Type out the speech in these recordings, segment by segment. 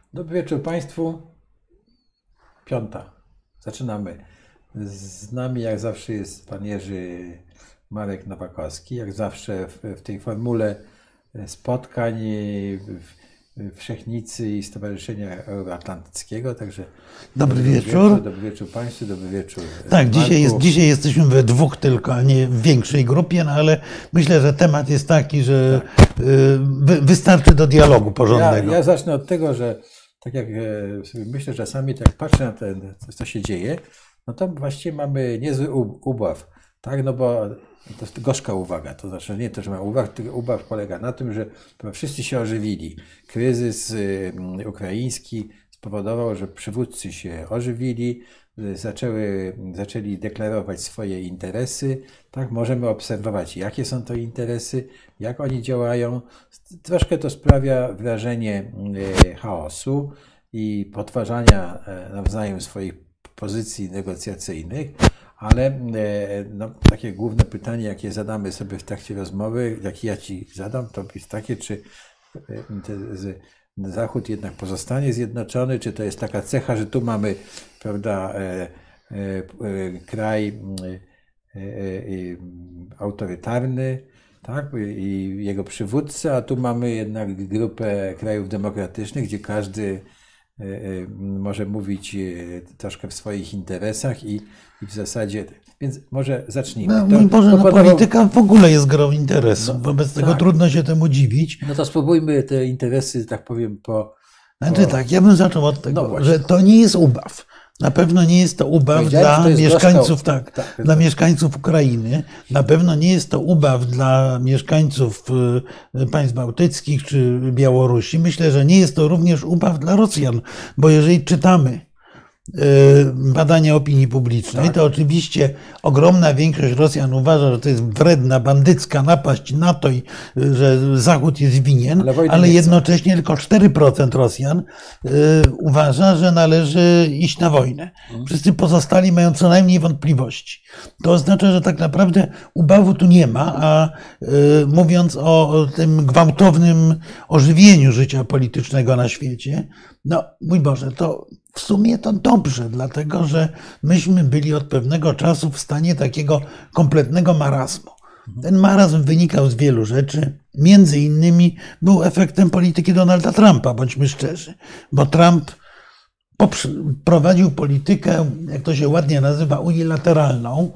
Dobry wieczór Państwu. Piąta. Zaczynamy. Z nami jak zawsze jest pan Jerzy Marek Nowakowski. Jak zawsze w tej formule spotkań Wszechnicy i Stowarzyszenia Euroatlantyckiego. Także dobry wieczór. Dobry wieczór Państwu, dobry wieczór. Tak, dzisiaj jesteśmy we dwóch tylko, a nie w większej grupie, no ale myślę, że temat jest taki, że wystarczy do dialogu porządnego. Ja zacznę od tego, że tak jak sobie myślę czasami, tak patrzę na co się dzieje, no to właściwie mamy niezły ubaw, tak, no bo to jest gorzka uwaga, to znaczy nie to, że mamy ubaw, tylko ubaw polega na tym, że wszyscy się ożywili. Kryzys ukraiński spowodował, że przywódcy się ożywili, zaczęli deklarować swoje interesy, tak, możemy obserwować, jakie są to interesy, jak oni działają. Troszkę to sprawia wrażenie chaosu i podważania nawzajem swoich pozycji negocjacyjnych, ale no, takie główne pytanie, jakie zadamy sobie w trakcie rozmowy, jakie ja Ci zadam, to jest takie, czy Zachód jednak pozostanie zjednoczony, czy to jest taka cecha, że tu mamy, prawda, kraj autorytarny, tak, i jego przywódcę, a tu mamy jednak grupę krajów demokratycznych, gdzie każdy może mówić troszkę w swoich interesach i w zasadzie, więc może zacznijmy. Polityka w ogóle jest grą interesów, wobec tego tak. Trudno się temu dziwić. No to spróbujmy te interesy, tak powiem, Tak, ja bym zaczął od tego, że to nie jest ubaw. Na pewno nie jest to ubaw dla mieszkańców, dla mieszkańców Ukrainy. Na pewno nie jest to ubaw dla mieszkańców państw bałtyckich czy Białorusi. Myślę, że nie jest to również ubaw dla Rosjan, bo jeżeli czytamy badania opinii publicznej, to oczywiście ogromna większość Rosjan uważa, że to jest wredna, bandycka napaść NATO i że Zachód jest winien, ale jednocześnie tylko 4% Rosjan uważa, że należy iść na wojnę. Wszyscy pozostali mają co najmniej wątpliwości. To oznacza, że tak naprawdę ubawu tu nie ma, a mówiąc o tym gwałtownym ożywieniu życia politycznego na świecie, no mój Boże, to w sumie to dobrze, dlatego że myśmy byli od pewnego czasu w stanie takiego kompletnego marazmu. Ten marazm wynikał z wielu rzeczy, między innymi był efektem polityki Donalda Trumpa, bądźmy szczerzy, bo Trump prowadził politykę, jak to się ładnie nazywa, unilateralną,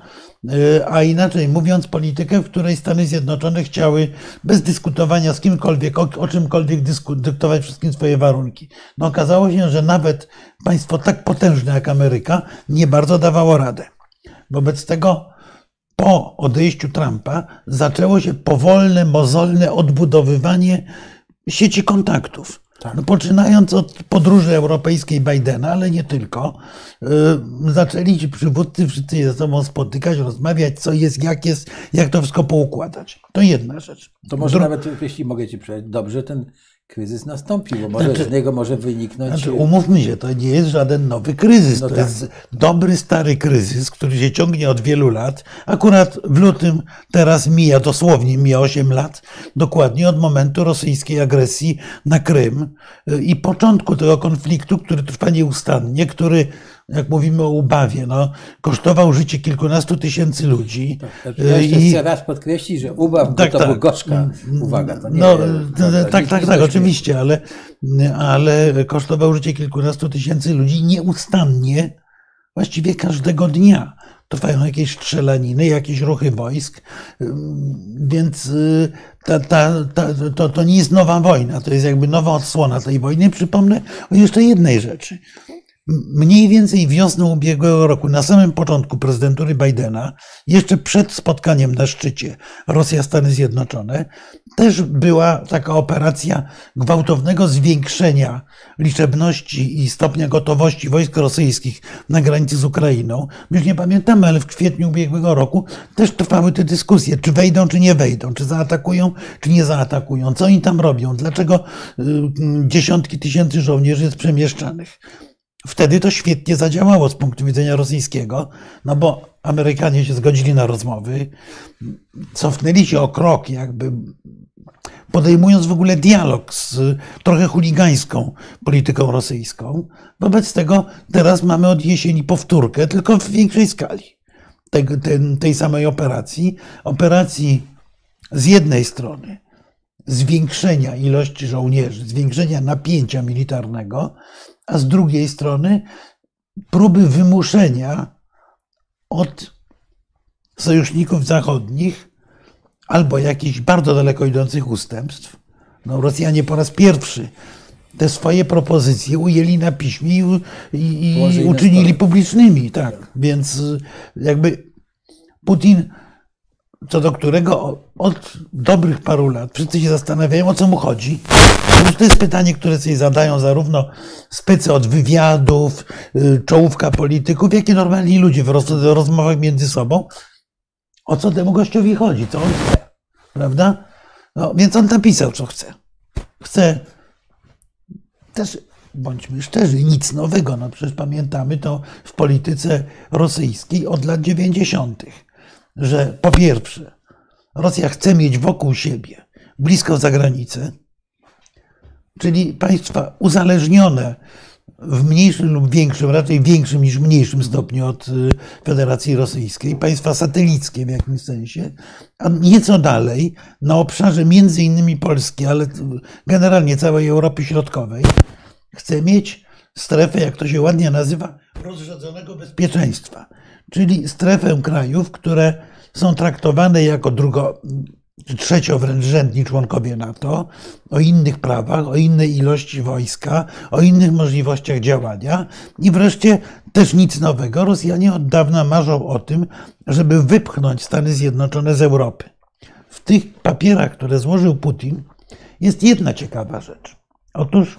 a inaczej mówiąc politykę, w której Stany Zjednoczone chciały bez dyskutowania z kimkolwiek, o czymkolwiek dyktować wszystkim swoje warunki. No okazało się, że nawet państwo tak potężne jak Ameryka nie bardzo dawało radę. Wobec tego po odejściu Trumpa zaczęło się powolne, mozolne odbudowywanie sieci kontaktów. Tak. No, poczynając od podróży europejskiej Bidena, ale nie tylko, zaczęli ci przywódcy wszyscy się ze sobą spotykać, rozmawiać, co jest, jak to wszystko poukładać. To jedna rzecz. To może nawet, jeśli mogę Ci przejść, dobrze ten kryzys nastąpił, bo może z niego może wyniknąć... Umówmy się, to nie jest żaden nowy kryzys. No to jest dobry, stary kryzys, który się ciągnie od wielu lat. Akurat w lutym teraz dosłownie mija 8 lat, dokładnie od momentu rosyjskiej agresji na Krym i początku tego konfliktu, który trwa nieustannie, który, jak mówimy o ubawie, no, kosztował życie kilkunastu tysięcy ludzi. Ja jeszcze chcę raz podkreślić, że ubaw to była gorzka uwaga. To nie, tak, oczywiście, ale kosztował życie kilkunastu tysięcy ludzi nieustannie, właściwie każdego dnia. Trwają jakieś strzelaniny, jakieś ruchy wojsk, więc to nie jest nowa wojna, to jest jakby nowa odsłona tej wojny. Przypomnę o jeszcze jednej rzeczy. Mniej więcej wiosną ubiegłego roku, na samym początku prezydentury Bidena, jeszcze przed spotkaniem na szczycie Rosja-Stany Zjednoczone, też była taka operacja gwałtownego zwiększenia liczebności i stopnia gotowości wojsk rosyjskich na granicy z Ukrainą. My już nie pamiętamy, ale w kwietniu ubiegłego roku też trwały te dyskusje, czy wejdą, czy nie wejdą, czy zaatakują, czy nie zaatakują, co oni tam robią, dlaczego dziesiątki tysięcy żołnierzy jest przemieszczanych. Wtedy to świetnie zadziałało z punktu widzenia rosyjskiego, no bo Amerykanie się zgodzili na rozmowy, cofnęli się o krok, jakby podejmując w ogóle dialog z trochę chuligańską polityką rosyjską. Wobec tego teraz mamy od jesieni powtórkę, tylko w większej skali tej samej operacji z jednej strony zwiększenia ilości żołnierzy, zwiększenia napięcia militarnego, a z drugiej strony próby wymuszenia od sojuszników zachodnich albo jakichś bardzo daleko idących ustępstw. No, Rosjanie po raz pierwszy te swoje propozycje ujęli na piśmie i uczynili publicznymi. Tak. Więc jakby Putin, co do którego od dobrych paru lat wszyscy się zastanawiają, o co mu chodzi. To jest pytanie, które sobie zadają zarówno specy od wywiadów, czołówka polityków, jak i normalni ludzie w rozmowach między sobą. O co temu gościowi chodzi? Co on chce? Prawda? No, więc on napisał, co chce. Chce też, bądźmy szczerzy, nic nowego. No przecież pamiętamy to w polityce rosyjskiej od lat 90., że po pierwsze Rosja chce mieć wokół siebie, blisko zagranicę, czyli państwa uzależnione w mniejszym lub większym, raczej większym niż mniejszym stopniu od Federacji Rosyjskiej, państwa satelickie w jakimś sensie, a nieco dalej, na obszarze między innymi Polski, ale generalnie całej Europy Środkowej, chce mieć strefę, jak to się ładnie nazywa, rozrzedzonego bezpieczeństwa, czyli strefę krajów, które są traktowane jako trzecio wręcz rzędni członkowie NATO, o innych prawach, o innej ilości wojska, o innych możliwościach działania i wreszcie też nic nowego. Rosjanie od dawna marzą o tym, żeby wypchnąć Stany Zjednoczone z Europy. W tych papierach, które złożył Putin, jest jedna ciekawa rzecz. Otóż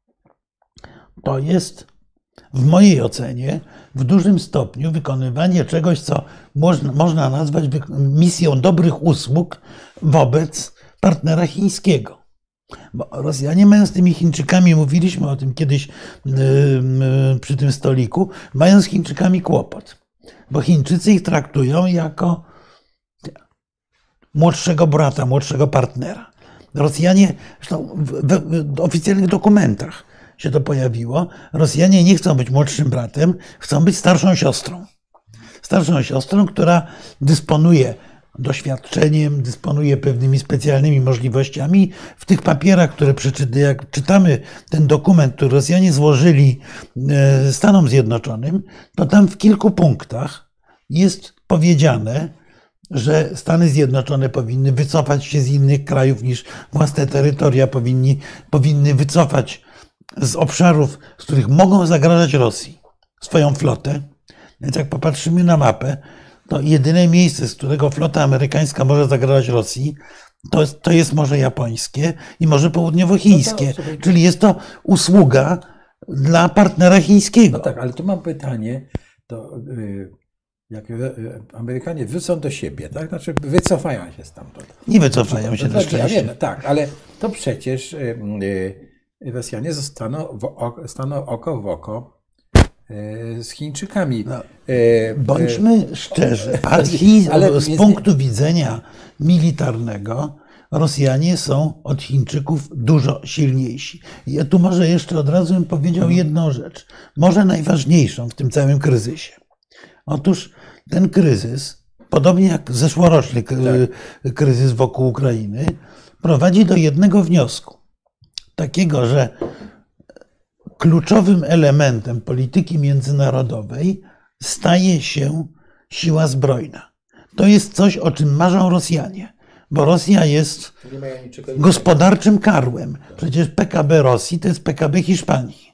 to jest w mojej ocenie w dużym stopniu wykonywanie czegoś, co można nazwać misją dobrych usług wobec partnera chińskiego. Bo Rosjanie mają z tymi Chińczykami, mówiliśmy o tym kiedyś przy tym stoliku, mają z Chińczykami kłopot. Bo Chińczycy ich traktują jako młodszego brata, młodszego partnera. Rosjanie, zresztą w oficjalnych dokumentach się to pojawiło, Rosjanie nie chcą być młodszym bratem, chcą być starszą siostrą. Starszą siostrą, która dysponuje doświadczeniem, dysponuje pewnymi specjalnymi możliwościami. W tych papierach, które jak czytamy ten dokument, który Rosjanie złożyli Stanom Zjednoczonym, to tam w kilku punktach jest powiedziane, że Stany Zjednoczone powinny wycofać się z innych krajów niż własne terytoria, powinny wycofać z obszarów, z których mogą zagrażać Rosji, swoją flotę. Więc jak popatrzymy na mapę, to jedyne miejsce, z którego flota amerykańska może zagrażać Rosji, to jest Morze Japońskie i Morze Południowochińskie. No czyli jest to usługa dla partnera chińskiego. No tak, ale tu mam pytanie, jak Amerykanie wrócą do siebie, tak? Znaczy wycofają się stamtąd. Nie wycofają się na szczęście. Ja wiem, tak, ale to przecież Rosjanie staną oko w oko z Chińczykami. No, bądźmy szczerzy, ale z punktu widzenia militarnego Rosjanie są od Chińczyków dużo silniejsi. Ja tu może jeszcze od razu bym powiedział jedną rzecz, może najważniejszą w tym całym kryzysie. Otóż ten kryzys, podobnie jak zeszłoroczny kryzys wokół Ukrainy, prowadzi do jednego wniosku. Takiego, że kluczowym elementem polityki międzynarodowej staje się siła zbrojna. To jest coś, o czym marzą Rosjanie, bo Rosja jest gospodarczym karłem. Przecież PKB Rosji to jest PKB Hiszpanii.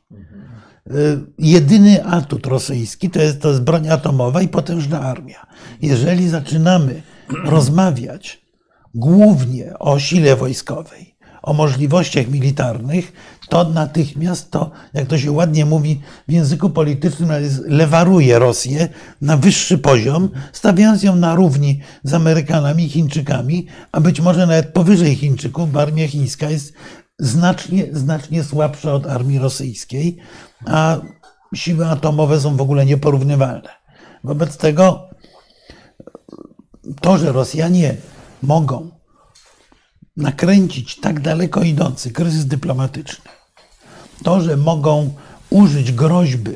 Jedyny atut rosyjski to jest broń atomowa i potężna armia. Jeżeli zaczynamy rozmawiać głównie o sile wojskowej, o możliwościach militarnych, to natychmiast to, jak to się ładnie mówi w języku politycznym, lewaruje Rosję na wyższy poziom, stawiając ją na równi z Amerykanami i Chińczykami, a być może nawet powyżej Chińczyków, bo armia chińska jest znacznie słabsza od armii rosyjskiej, a siły atomowe są w ogóle nieporównywalne. Wobec tego to, że Rosjanie mogą nakręcić tak daleko idący kryzys dyplomatyczny, to, że mogą użyć groźby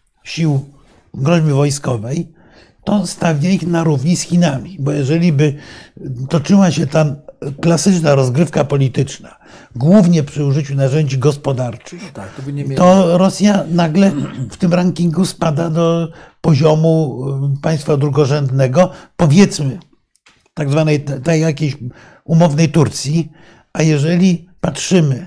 wojskowej, to stawia ich na równi z Chinami. Bo jeżeli by toczyła się ta klasyczna rozgrywka polityczna, głównie przy użyciu narzędzi gospodarczych, tak, to Rosja nagle w tym rankingu spada do poziomu państwa drugorzędnego, powiedzmy, tak zwanej tej jakiejś umownej Turcji, a jeżeli patrzymy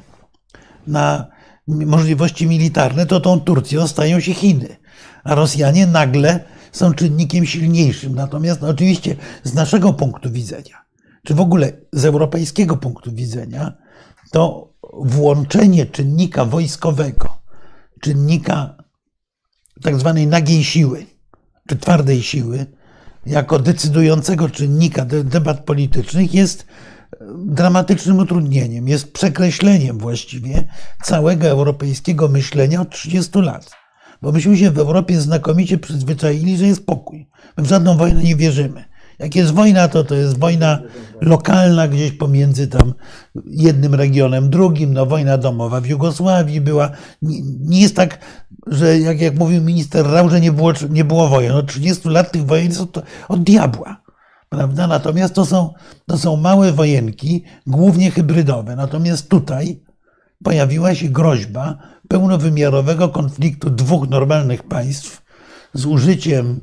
na możliwości militarne, to tą Turcją stają się Chiny, a Rosjanie nagle są czynnikiem silniejszym. Natomiast oczywiście z naszego punktu widzenia, czy w ogóle z europejskiego punktu widzenia, to włączenie czynnika wojskowego, czynnika tak zwanej nagiej siły, czy twardej siły, jako decydującego czynnika debat politycznych jest dramatycznym utrudnieniem, jest przekreśleniem właściwie całego europejskiego myślenia od 30 lat. Bo myśmy się w Europie znakomicie przyzwyczaili, że jest pokój. My w żadną wojnę nie wierzymy. Jak jest wojna, to jest wojna lokalna gdzieś pomiędzy tam jednym regionem, drugim. No, wojna domowa w Jugosławii była. Nie jest tak, że jak mówił minister Rau, że nie było wojen. Od 30 lat tych wojen jest od diabła. Prawda? Natomiast to są małe wojenki, głównie hybrydowe. Natomiast tutaj pojawiła się groźba pełnowymiarowego konfliktu dwóch normalnych państw z użyciem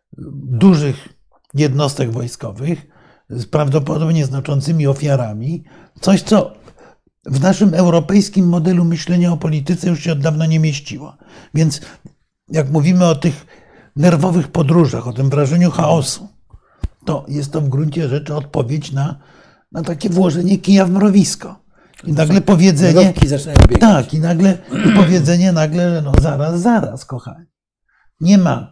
dużych jednostek wojskowych, z prawdopodobnie znaczącymi ofiarami. Coś, co w naszym europejskim modelu myślenia o polityce już się od dawna nie mieściło. Więc jak mówimy o tych nerwowych podróżach, o tym wrażeniu chaosu, to jest to w gruncie rzeczy odpowiedź na takie włożenie kija w mrowisko. I nagle powiedzenie, tak, i nagle powiedzenie że no zaraz, kochani. Nie ma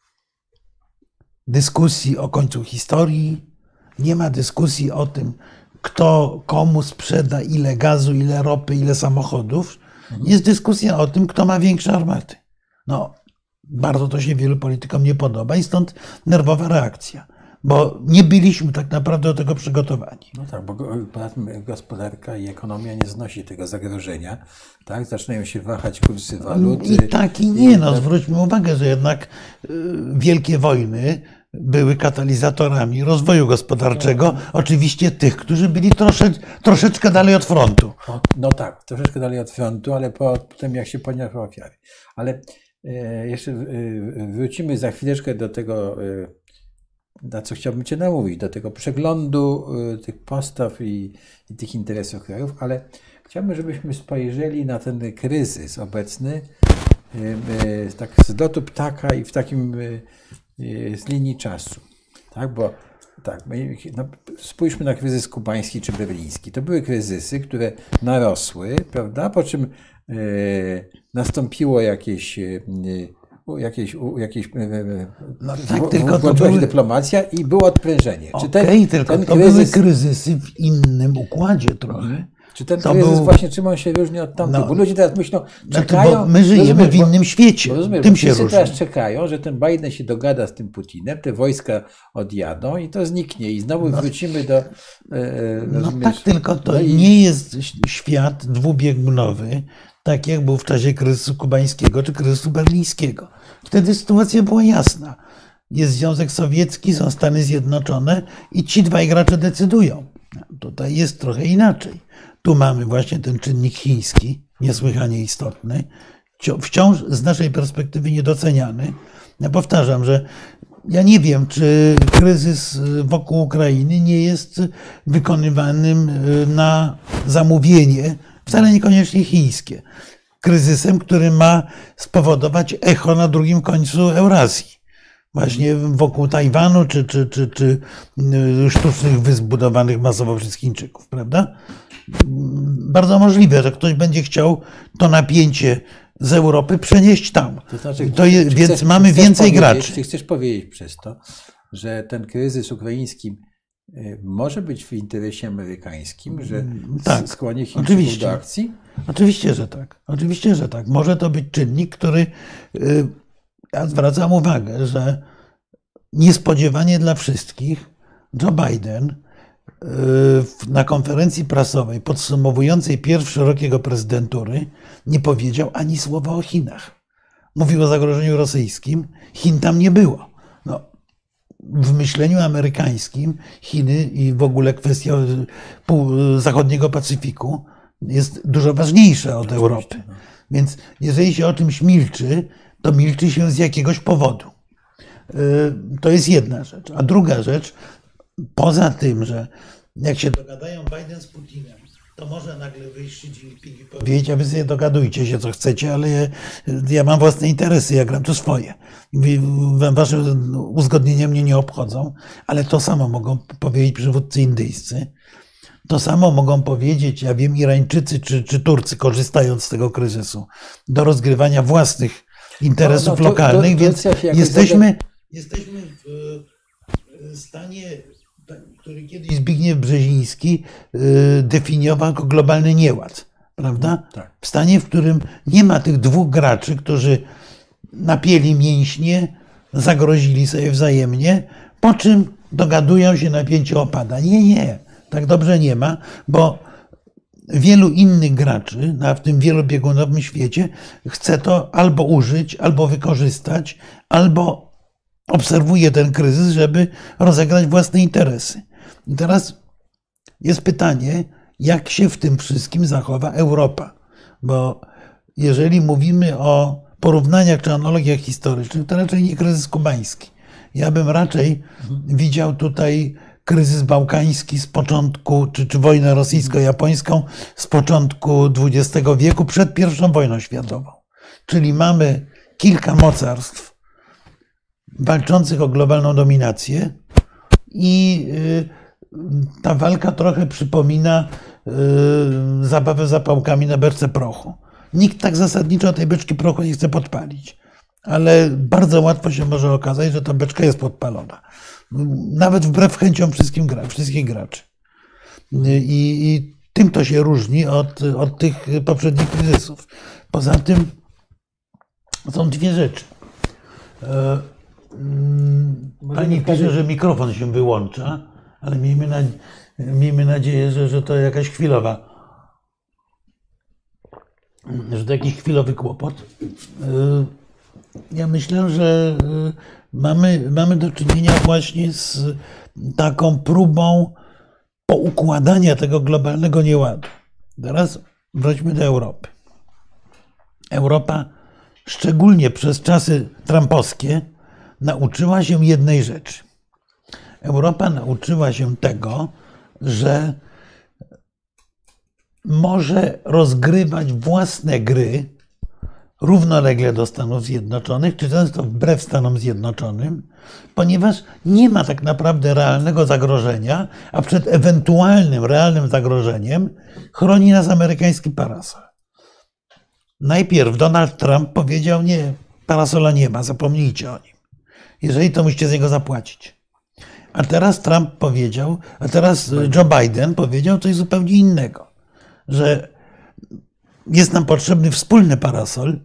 dyskusji o końcu historii, nie ma dyskusji o tym, kto komu sprzeda ile gazu, ile ropy, ile samochodów. Jest dyskusja o tym, kto ma większe armaty. No, bardzo to się wielu politykom nie podoba i stąd nerwowa reakcja. Bo nie byliśmy tak naprawdę do tego przygotowani. No tak, bo gospodarka i ekonomia nie znosi tego zagrożenia. Tak? Zaczynają się wahać kursy walut. I tak i nie. No, zwróćmy uwagę, że jednak wielkie wojny były katalizatorami rozwoju gospodarczego. Oczywiście tych, którzy byli troszeczkę dalej od frontu. No tak, troszeczkę dalej od frontu, ale potem jak się poniosły ofiary. Ale jeszcze wrócimy za chwileczkę do tego, na co chciałbym Cię namówić, do tego przeglądu tych postaw i tych interesów krajów, ale chciałbym, żebyśmy spojrzeli na ten kryzys obecny tak z lotu ptaka i w takim z linii czasu. Tak, bo tak, spójrzmy na kryzys kubański czy berliński. To były kryzysy, które narosły, prawda? Po czym nastąpiło jakieś no tak, tylko to były dyplomacja i było odprężenie. Tylko to były kryzysy w innym układzie trochę. Czy ten kryzys właśnie, czym on się różni od tamtych? Bo ludzie teraz myślą, czekają... Bo my żyjemy w innym świecie. Tym się różni. Teraz czekają, że ten Biden się dogada z tym Putinem, te wojska odjadą i to zniknie. I znowu wrócimy do... tak, tylko to nie jest świat dwubiegunowy, tak jak był w czasie kryzysu kubańskiego czy kryzysu berlińskiego. Wtedy sytuacja była jasna. Jest Związek Sowiecki, są Stany Zjednoczone i ci dwaj gracze decydują. Tutaj jest trochę inaczej. Tu mamy właśnie ten czynnik chiński, niesłychanie istotny, wciąż z naszej perspektywy niedoceniany. Ja powtarzam, że ja nie wiem, czy kryzys wokół Ukrainy nie jest wykonywanym na zamówienie, wcale niekoniecznie chińskie, kryzysem, który ma spowodować echo na drugim końcu Eurazji. Właśnie wokół Tajwanu, czy sztucznych wysp budowanych masowo przez Chińczyków, prawda? Bardzo możliwe, że ktoś będzie chciał to napięcie z Europy przenieść tam. To znaczy, więc mamy więcej graczy. Czy chcesz powiedzieć przez to, że ten kryzys ukraiński może być w interesie amerykańskim, że skłoni Chińczyków do akcji? Oczywiście, że tak. Oczywiście, że tak. Może to być czynnik, który... Ja zwracam uwagę, że niespodziewanie dla wszystkich Joe Biden na konferencji prasowej podsumowującej pierwszy rok jego prezydentury nie powiedział ani słowa o Chinach. Mówił o zagrożeniu rosyjskim, Chin tam nie było. No, w myśleniu amerykańskim Chiny i w ogóle kwestia zachodniego Pacyfiku jest dużo ważniejsza od Europy. Więc jeżeli się o czymś milczy, to milczy się z jakiegoś powodu. To jest jedna rzecz. A druga rzecz, poza tym, że jak się dogadają Biden z Putinem, to może nagle wyjść Xi Jinping i powiedzieć, a wy sobie dogadujcie się co chcecie, ale ja mam własne interesy, ja gram tu swoje. Wasze uzgodnienia mnie nie obchodzą, ale to samo mogą powiedzieć przywódcy indyjscy. To samo mogą powiedzieć, ja wiem, Irańczycy czy Turcy, korzystając z tego kryzysu, do rozgrywania własnych interesów lokalnych, więc jesteśmy w stanie, który kiedyś Zbigniew Brzeziński definiował jako globalny nieład, prawda? Tak. W stanie, w którym nie ma tych dwóch graczy, którzy napięli mięśnie, zagrozili sobie wzajemnie, po czym dogadują się, napięcie opada. Nie, tak dobrze nie ma, bo wielu innych graczy w tym wielobiegunowym świecie chce to albo użyć, albo wykorzystać, albo obserwuje ten kryzys, żeby rozegrać własne interesy. I teraz jest pytanie, jak się w tym wszystkim zachowa Europa. Bo jeżeli mówimy o porównaniach czy analogiach historycznych, to raczej nie kryzys kubański. Ja bym raczej widział tutaj kryzys bałkański z początku, czy wojnę rosyjsko-japońską z początku XX wieku, przed I wojną światową. Czyli mamy kilka mocarstw walczących o globalną dominację i ta walka trochę przypomina zabawę zapałkami na beczce prochu. Nikt tak zasadniczo tej beczki prochu nie chce podpalić, ale bardzo łatwo się może okazać, że ta beczka jest podpalona. Nawet wbrew chęciom wszystkich graczy. I tym to się różni od tych poprzednich kryzysów. Poza tym są dwie rzeczy. Pani pisze, że mikrofon się wyłącza, ale miejmy nadzieję, że to jakaś że to jakiś chwilowy kłopot. Ja myślę, że mamy do czynienia właśnie z taką próbą poukładania tego globalnego nieładu. Teraz wróćmy do Europy. Europa, szczególnie przez czasy trumpowskie, nauczyła się jednej rzeczy. Europa nauczyła się tego, że może rozgrywać własne gry równolegle do Stanów Zjednoczonych, czy często wbrew Stanom Zjednoczonym, ponieważ nie ma tak naprawdę realnego zagrożenia, a przed ewentualnym realnym zagrożeniem chroni nas amerykański parasol. Najpierw Donald Trump powiedział, nie, parasola nie ma, zapomnijcie o nim. Jeżeli to musicie z niego zapłacić. A teraz Joe Biden powiedział coś zupełnie innego, że jest nam potrzebny wspólny parasol,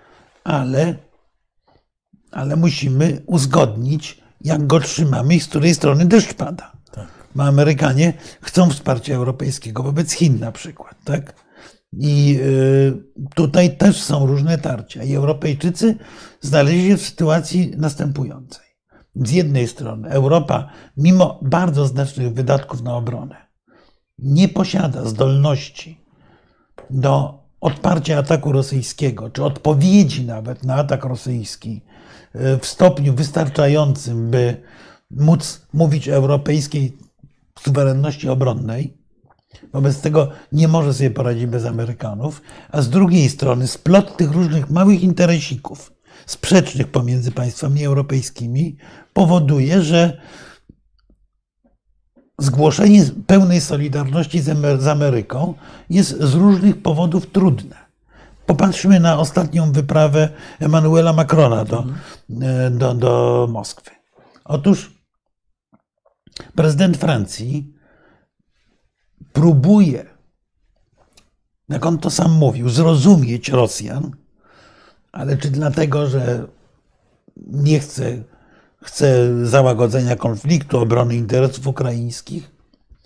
ale musimy uzgodnić, jak go trzymamy i z której strony deszcz pada. Tak. Bo Amerykanie chcą wsparcia europejskiego wobec Chin na przykład. Tak? I tutaj też są różne tarcia. I Europejczycy znaleźli się w sytuacji następującej. Z jednej strony Europa, mimo bardzo znacznych wydatków na obronę, nie posiada zdolności do odparcia ataku rosyjskiego, czy odpowiedzi nawet na atak rosyjski w stopniu wystarczającym, by móc mówić o europejskiej suwerenności obronnej. Wobec tego nie może sobie poradzić bez Amerykanów, a z drugiej strony splot tych różnych małych interesików sprzecznych pomiędzy państwami europejskimi powoduje, że zgłoszenie pełnej solidarności z Ameryką jest z różnych powodów trudne. Popatrzmy na ostatnią wyprawę Emmanuela Macrona do Moskwy. Otóż prezydent Francji próbuje, jak on to sam mówił, zrozumieć Rosjan, ale czy dlatego, że nie chce załagodzenia konfliktu, obrony interesów ukraińskich,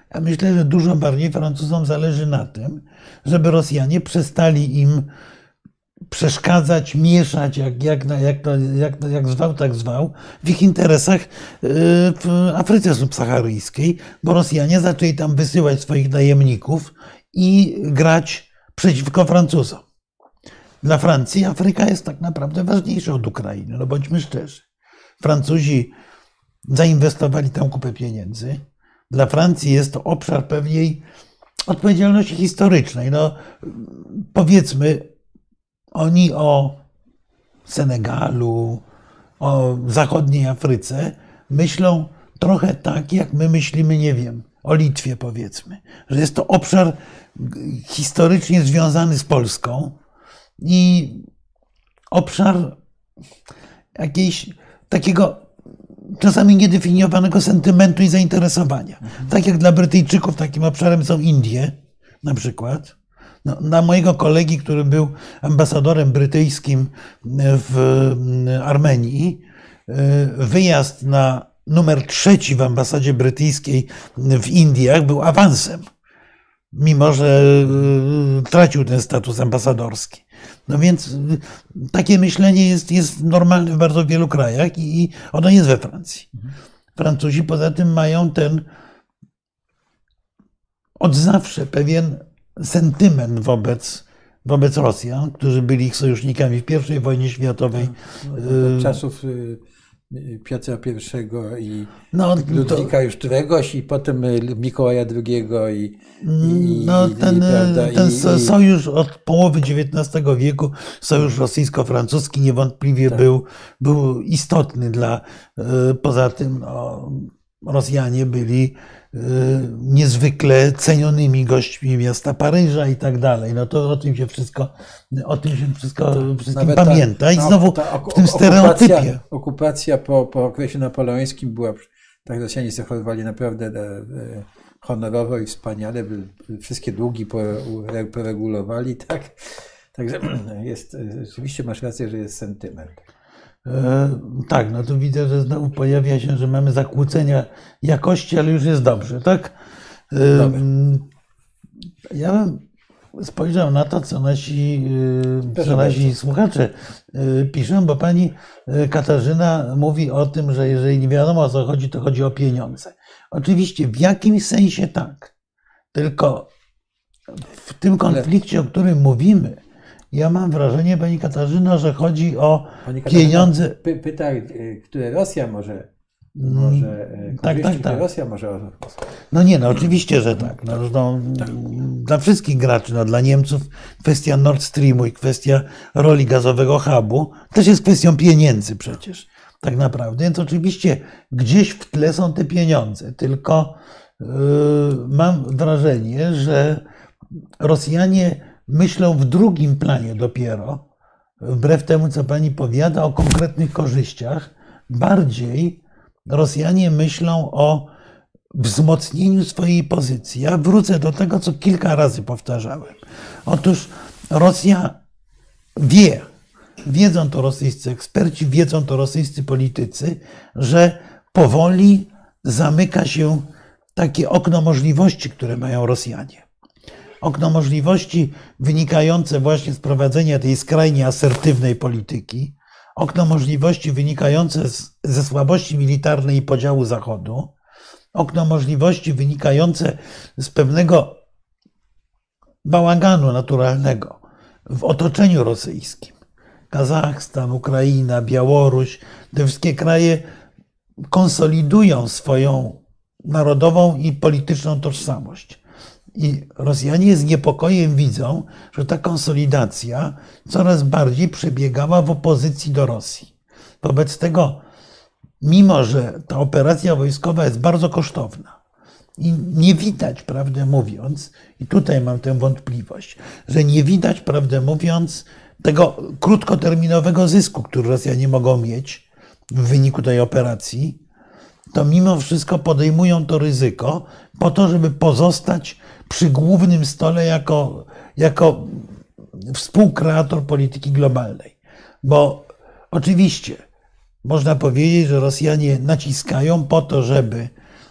Ja myślę, że dużo bardziej Francuzom zależy na tym, żeby Rosjanie przestali im przeszkadzać, mieszać, jak zwał, tak zwał, w ich interesach w Afryce subsaharyjskiej, bo Rosjanie zaczęli tam wysyłać swoich najemników i grać przeciwko Francuzom. Dla Francji Afryka jest tak naprawdę ważniejsza od Ukrainy, no bądźmy szczerzy. Francuzi zainwestowali tam kupę pieniędzy. Dla Francji jest to obszar pewnej odpowiedzialności historycznej. No, powiedzmy, oni o Senegalu, o zachodniej Afryce myślą trochę tak, jak my myślimy, nie wiem, o Litwie powiedzmy. Że jest to obszar historycznie związany z Polską i obszar jakiejś takiego czasami niedefiniowanego sentymentu i zainteresowania. Tak jak dla Brytyjczyków takim obszarem są Indie na przykład. Na mojego kolegi, który był ambasadorem brytyjskim w Armenii, wyjazd na numer 3 w ambasadzie brytyjskiej w Indiach był awansem, mimo że tracił ten status ambasadorski. No więc takie myślenie jest normalne w bardzo wielu krajach i ono jest we Francji. Francuzi poza tym mają ten od zawsze pewien sentyment wobec Rosjan, którzy byli ich sojusznikami w I wojnie światowej. Od czasów Piotra I i Ludwika II i potem Mikołaja II ten sojusz od połowy XIX wieku, sojusz rosyjsko-francuski niewątpliwie był istotny poza tym Rosjanie byli niezwykle cenionymi gośćmi miasta Paryża i tak dalej. No to o tym się wszystkim pamięta. I znowu w tym stereotypie. Okupacja po okresie napoleońskim była, tak Rosjanie zachowywali naprawdę honorowo i wspaniale, wszystkie długi poregulowali, tak? Także rzeczywiście masz rację, że jest sentyment. Tak, no tu widzę, że znowu pojawia się, że mamy zakłócenia jakości, ale już jest dobrze, tak? Ja bym spojrzał na to, co nasi słuchacze piszą, bo pani Katarzyna mówi o tym, że jeżeli nie wiadomo, o co chodzi, to chodzi o pieniądze. Oczywiście w jakimś sensie tak, tylko w tym konflikcie, o którym mówimy, ja mam wrażenie, pani Katarzyno, że chodzi o pieniądze. Pyta, które Rosja może. Tak. Rosja może. No nie, no oczywiście, że tak. Dla wszystkich graczy, dla Niemców kwestia Nord Streamu i kwestia roli gazowego hubu też jest kwestią pieniędzy przecież. Tak naprawdę. Więc oczywiście gdzieś w tle są te pieniądze. Tylko mam wrażenie, że Rosjanie myślą w drugim planie dopiero, wbrew temu, co pani powiada, o konkretnych korzyściach. Bardziej Rosjanie myślą o wzmocnieniu swojej pozycji. Ja wrócę do tego, co kilka razy powtarzałem. Otóż Rosja wiedzą to rosyjscy eksperci, wiedzą to rosyjscy politycy, że powoli zamyka się takie okno możliwości, które mają Rosjanie. Okno możliwości wynikające właśnie z prowadzenia tej skrajnie asertywnej polityki, okno możliwości wynikające ze słabości militarnej i podziału Zachodu, okno możliwości wynikające z pewnego bałaganu naturalnego w otoczeniu rosyjskim. Kazachstan, Ukraina, Białoruś, te wszystkie kraje konsolidują swoją narodową i polityczną tożsamość. I Rosjanie z niepokojem widzą, że ta konsolidacja coraz bardziej przebiegała w opozycji do Rosji. Wobec tego, mimo że ta operacja wojskowa jest bardzo kosztowna i nie widać, prawdę mówiąc, i tutaj mam tę wątpliwość, że nie widać, prawdę mówiąc, tego krótkoterminowego zysku, który Rosjanie mogą mieć w wyniku tej operacji, to mimo wszystko podejmują to ryzyko po to, żeby pozostać przy głównym stole jako współkreator polityki globalnej. Bo oczywiście można powiedzieć, że Rosjanie naciskają po to, żeby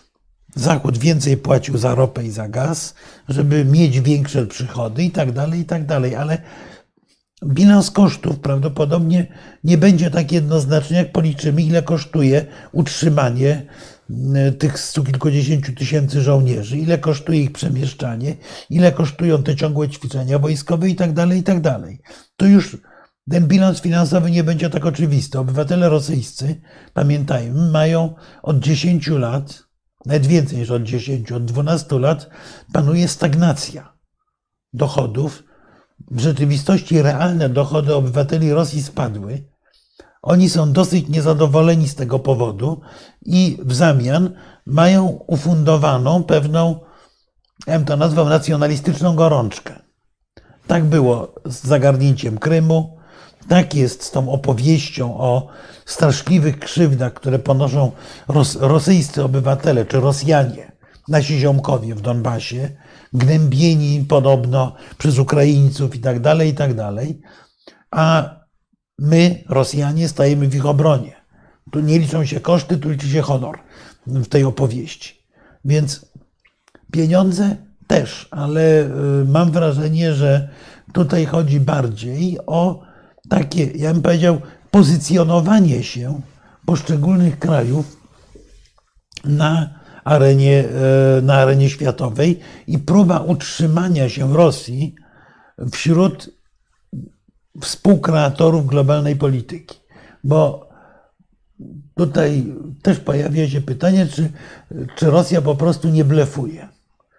Zachód więcej płacił za ropę i za gaz, żeby mieć większe przychody i tak dalej, ale bilans kosztów prawdopodobnie nie będzie tak jednoznaczny, jak policzymy, ile kosztuje utrzymanie tych 100 kilkudziesięciu tysięcy żołnierzy, ile kosztuje ich przemieszczanie, ile kosztują te ciągłe ćwiczenia wojskowe i tak dalej. To już ten bilans finansowy nie będzie tak oczywisty. Obywatele rosyjscy, pamiętajmy, mają od 10 lat, nawet więcej niż od 10, od 12 lat panuje stagnacja dochodów. W rzeczywistości realne dochody obywateli Rosji spadły. Oni są dosyć niezadowoleni z tego powodu i w zamian mają ufundowaną pewną, ja bym to nazwał, nacjonalistyczną gorączkę. Tak było z zagarnięciem Krymu, tak jest z tą opowieścią o straszliwych krzywdach, które ponoszą rosyjscy obywatele czy Rosjanie, nasi ziomkowie w Donbasie, gnębieni podobno przez Ukraińców i tak dalej, a my, Rosjanie, stajemy w ich obronie. Tu nie liczą się koszty, tu liczy się honor w tej opowieści. Więc pieniądze też, ale mam wrażenie, że tutaj chodzi bardziej o takie, ja bym powiedział, pozycjonowanie się poszczególnych krajów na arenie światowej i próba utrzymania się Rosji wśród współkreatorów globalnej polityki. Bo tutaj też pojawia się pytanie, czy Rosja po prostu nie blefuje.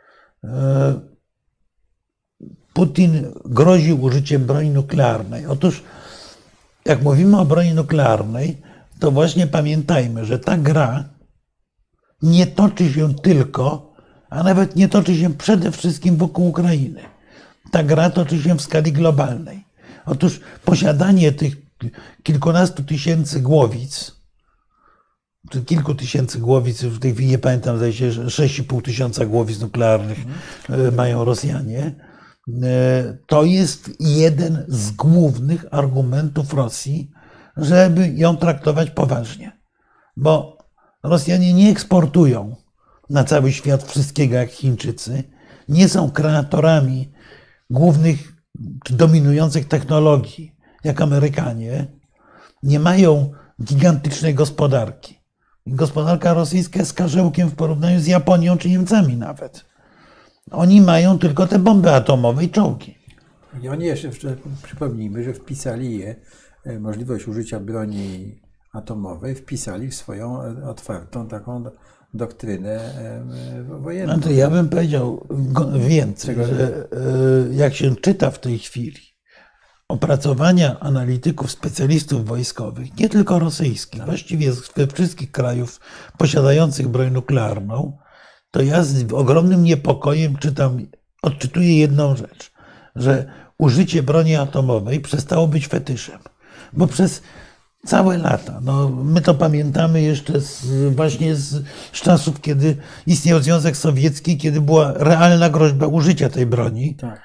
Putin groził użyciem broni nuklearnej. Otóż, jak mówimy o broni nuklearnej, to właśnie pamiętajmy, że ta gra nie toczy się tylko, a nawet nie toczy się przede wszystkim wokół Ukrainy. Ta gra toczy się w skali globalnej. Otóż posiadanie tych kilkunastu tysięcy głowic, czy kilku tysięcy głowic, w tej chwili nie pamiętam, zdaje się, 6,5 tysiąca głowic nuklearnych mają Rosjanie, to jest jeden z głównych argumentów Rosji, żeby ją traktować poważnie. Bo Rosjanie nie eksportują na cały świat wszystkiego jak Chińczycy, nie są kreatorami głównych czy dominujących technologii jak Amerykanie, nie mają gigantycznej gospodarki. Gospodarka rosyjska jest karzełkiem w porównaniu z Japonią czy Niemcami nawet. Oni mają tylko te bomby atomowe i czołgi. I oni jeszcze, przypomnijmy, że wpisali możliwość użycia broni atomowej, wpisali w swoją otwartą taką doktrynę wojenną. Znaczy, ja bym powiedział więcej, że jak się czyta w tej chwili opracowania analityków, specjalistów wojskowych, nie tylko rosyjskich, właściwie ze wszystkich krajów posiadających broń nuklearną, to ja z ogromnym niepokojem odczytuję jedną rzecz, że użycie broni atomowej przestało być fetyszem, bo przez całe lata, my to pamiętamy jeszcze właśnie z czasów, kiedy istniał Związek Sowiecki, kiedy była realna groźba użycia tej broni. Tak.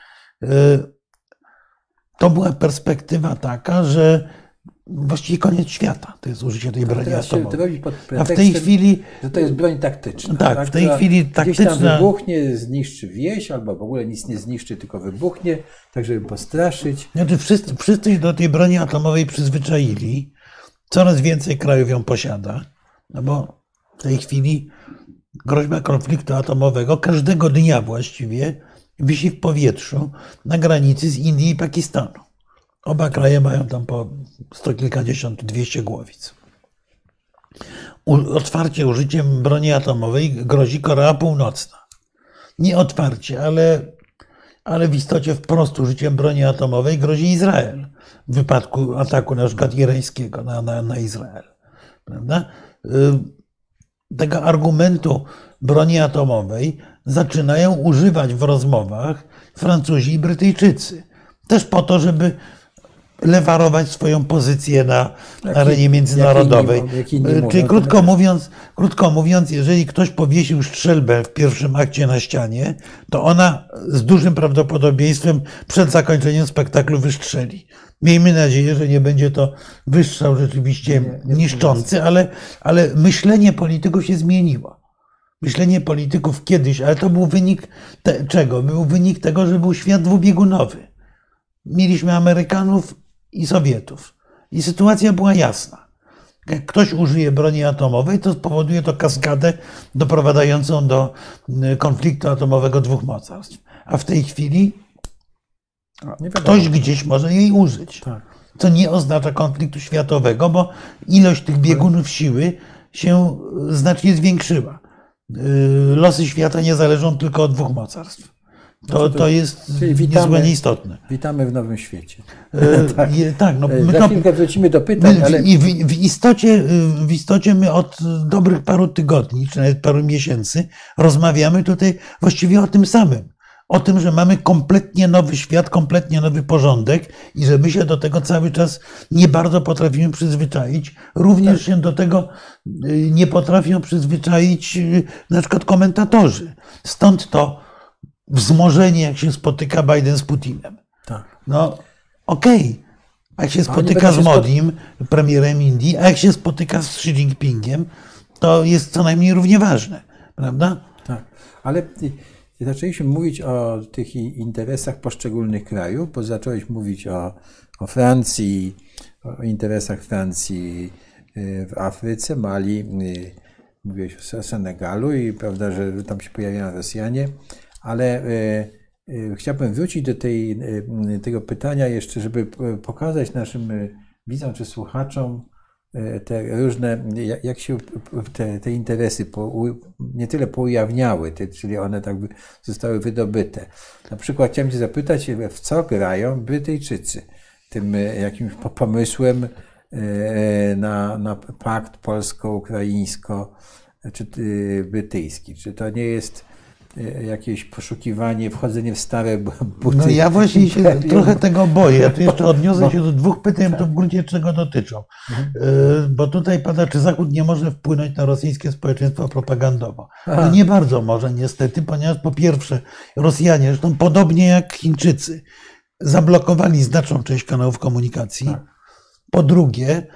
To była perspektywa taka, że właściwie koniec świata to jest użycie tej broni atomowej. A w tej chwili, że to jest broń taktyczna. Tak, w tej chwili taktyczna. Gdzieś tam wybuchnie, zniszczy wieś, albo w ogóle nic nie zniszczy, tylko wybuchnie, tak żeby postraszyć. Znaczy wszyscy się do tej broni atomowej przyzwyczaili. Coraz więcej krajów ją posiada, bo w tej chwili groźba konfliktu atomowego każdego dnia właściwie wisi w powietrzu na granicy z Indii i Pakistanu. Oba kraje mają tam po 100 kilkadziesiąt, 200 głowic. Otwarcie użyciem broni atomowej grozi Korea Północna. Nie otwarcie, ale w istocie wprost użyciem broni atomowej grozi Izrael w wypadku ataku na przykład irańskiego na Izrael. Prawda? Tego argumentu broni atomowej zaczynają używać w rozmowach Francuzi i Brytyjczycy. Też po to, żeby lewarować swoją pozycję na arenie międzynarodowej. Czyli krótko mówiąc, jeżeli ktoś powiesił strzelbę w pierwszym akcie na ścianie, to ona z dużym prawdopodobieństwem przed zakończeniem spektaklu wystrzeli. Miejmy nadzieję, że nie będzie to wystrzał rzeczywiście niszczący, ale myślenie polityków się zmieniło. Myślenie polityków kiedyś, ale to był wynik czego? Był wynik tego, że był świat dwubiegunowy. Mieliśmy Amerykanów i Sowietów. I sytuacja była jasna. Jak ktoś użyje broni atomowej, to spowoduje to kaskadę doprowadzającą do konfliktu atomowego dwóch mocarstw. A w tej chwili ktoś gdzieś może jej użyć. Co nie oznacza konfliktu światowego, bo ilość tych biegunów siły się znacznie zwiększyła. Losy świata nie zależą tylko od dwóch mocarstw. To jest niezwykle istotne. Witamy w nowym świecie. Tak, za chwilkę wrócimy do pytań, ale... W istocie my od dobrych paru tygodni, czy nawet paru miesięcy rozmawiamy tutaj właściwie o tym samym. O tym, że mamy kompletnie nowy świat, kompletnie nowy porządek i że my się do tego cały czas nie bardzo potrafimy przyzwyczaić. Również się do tego nie potrafią przyzwyczaić na przykład komentatorzy. Stąd to wzmożenie, jak się spotyka Biden z Putinem. No okej. A jak się spotyka z Modim, premierem Indii, a jak się spotyka z Xi Jinpingiem, to jest co najmniej równie ważne. Prawda? Tak, ale zaczęliśmy mówić o tych interesach poszczególnych krajów, bo zacząłeś mówić o Francji, o interesach Francji w Afryce, Mali, mówiłeś o Senegalu i prawda, że tam się pojawiają Rosjanie, ale chciałbym wrócić do tego pytania jeszcze, żeby pokazać naszym widzom czy słuchaczom te różne, jak się te interesy nie tyle poujawniały, czyli one tak zostały wydobyte. Na przykład chciałem cię zapytać, w co grają Brytyjczycy tym jakimś pomysłem na pakt polsko-ukraińsko-brytyjski. Czy to nie jest jakieś poszukiwanie, wchodzenie w stare buty? No ja właśnie się trochę tego boję. Ja tu jeszcze odniosę się do dwóch pytań, to w gruncie czego dotyczą. Bo tutaj pada, czy Zachód nie może wpłynąć na rosyjskie społeczeństwo propagandowo. No nie bardzo może niestety, ponieważ po pierwsze Rosjanie, zresztą podobnie jak Chińczycy, zablokowali znaczną część kanałów komunikacji. Po drugie,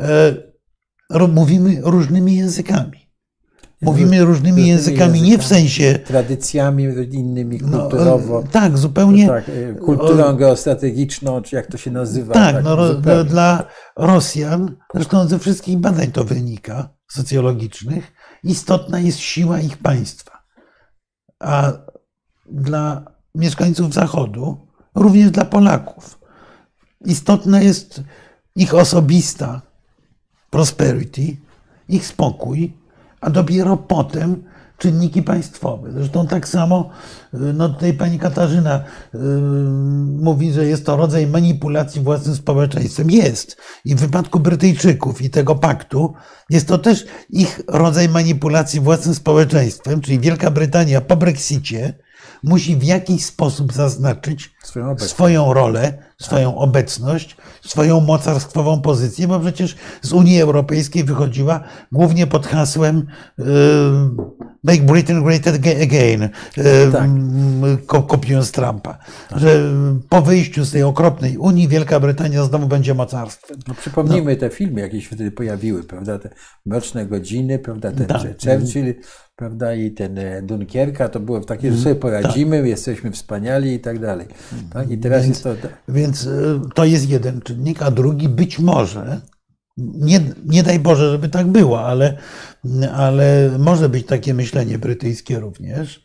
mówimy różnymi językami. Mówimy różnymi językami, nie w sensie... Tradycjami innymi, kulturowo. Tak, zupełnie... Tak, kulturą geostrategiczną, czy jak to się nazywa. Tak, dla Rosjan, zresztą ze wszystkich badań to wynika, socjologicznych, istotna jest siła ich państwa. A dla mieszkańców Zachodu, również dla Polaków, istotna jest ich osobista prosperity, ich spokój, a dopiero potem czynniki państwowe. Zresztą tak samo, no tutaj pani Katarzyna mówi, że jest to rodzaj manipulacji własnym społeczeństwem. Jest. I w wypadku Brytyjczyków i tego paktu jest to też ich rodzaj manipulacji własnym społeczeństwem, czyli Wielka Brytania po Brexicie musi w jakiś sposób zaznaczyć swoją rolę, swoją obecność, swoją mocarstwową pozycję, bo przecież z Unii Europejskiej wychodziła głównie pod hasłem Make Britain Great Again, kopiując Trumpa. Że po wyjściu z tej okropnej Unii Wielka Brytania znowu będzie mocarstwem. No przypomnijmy te filmy, jakie się wtedy pojawiły, prawda? Te Mroczne Godziny, prawda? Ten Churchill, prawda? I ten Dunkierka, to było takie, że sobie poradzimy, jesteśmy wspaniali i tak dalej. Tak? I teraz jest to... Więc to jest jeden czynnik, a drugi być może, nie daj Boże, żeby tak było, ale może być takie myślenie brytyjskie również,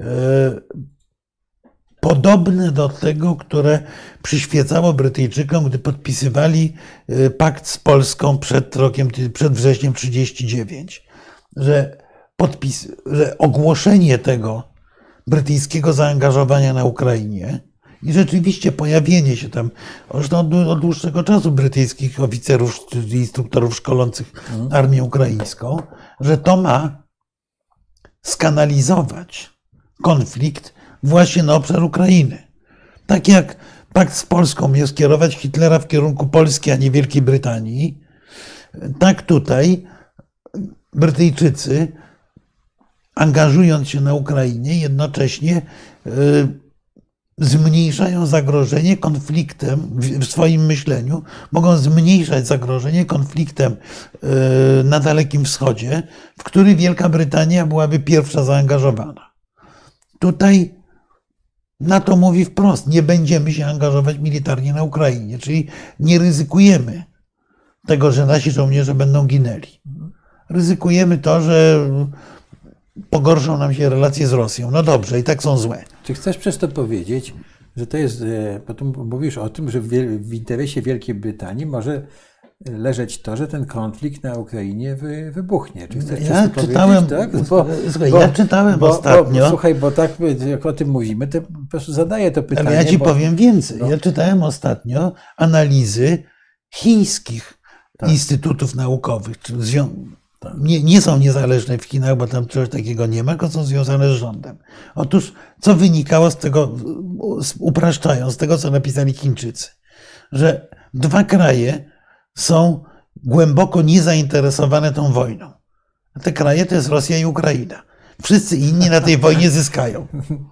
podobne do tego, które przyświecało Brytyjczykom, gdy podpisywali pakt z Polską przed wrześniem 1939, że ogłoszenie tego brytyjskiego zaangażowania na Ukrainie i rzeczywiście pojawienie się tam, zresztą od dłuższego czasu brytyjskich oficerów i instruktorów szkolących armię ukraińską, że to ma skanalizować konflikt właśnie na obszar Ukrainy. Tak jak pakt z Polską miał skierować Hitlera w kierunku Polski, a nie Wielkiej Brytanii, tak tutaj Brytyjczycy, angażując się na Ukrainie, jednocześnie zmniejszają zagrożenie konfliktem w swoim myśleniu, mogą zmniejszać zagrożenie konfliktem na Dalekim Wschodzie, w który Wielka Brytania byłaby pierwsza zaangażowana. Tutaj NATO mówi wprost, nie będziemy się angażować militarnie na Ukrainie, czyli nie ryzykujemy tego, że nasi żołnierze będą ginęli. Ryzykujemy to, że pogorszą nam się relacje z Rosją. No dobrze, i tak są złe. Czy chcesz przez to powiedzieć, że to jest, potem mówisz o tym, że w interesie Wielkiej Brytanii może leżeć to, że ten konflikt na Ukrainie wybuchnie? Czy chcesz ja czytałem, tak? Ja czytałem ostatnio. Słuchaj, bo tak jak o tym mówimy, to po prostu zadaję to pytanie. Ale ja ci powiem więcej. Ja czytałem ostatnio analizy chińskich instytutów naukowych, nie są niezależne w Chinach, bo tam czegoś takiego nie ma, tylko są związane z rządem. Otóż, co wynikało z tego, upraszczając, z tego, co napisali Chińczycy, że dwa kraje są głęboko niezainteresowane tą wojną. A te kraje to jest Rosja i Ukraina. Wszyscy inni na tej wojnie zyskają.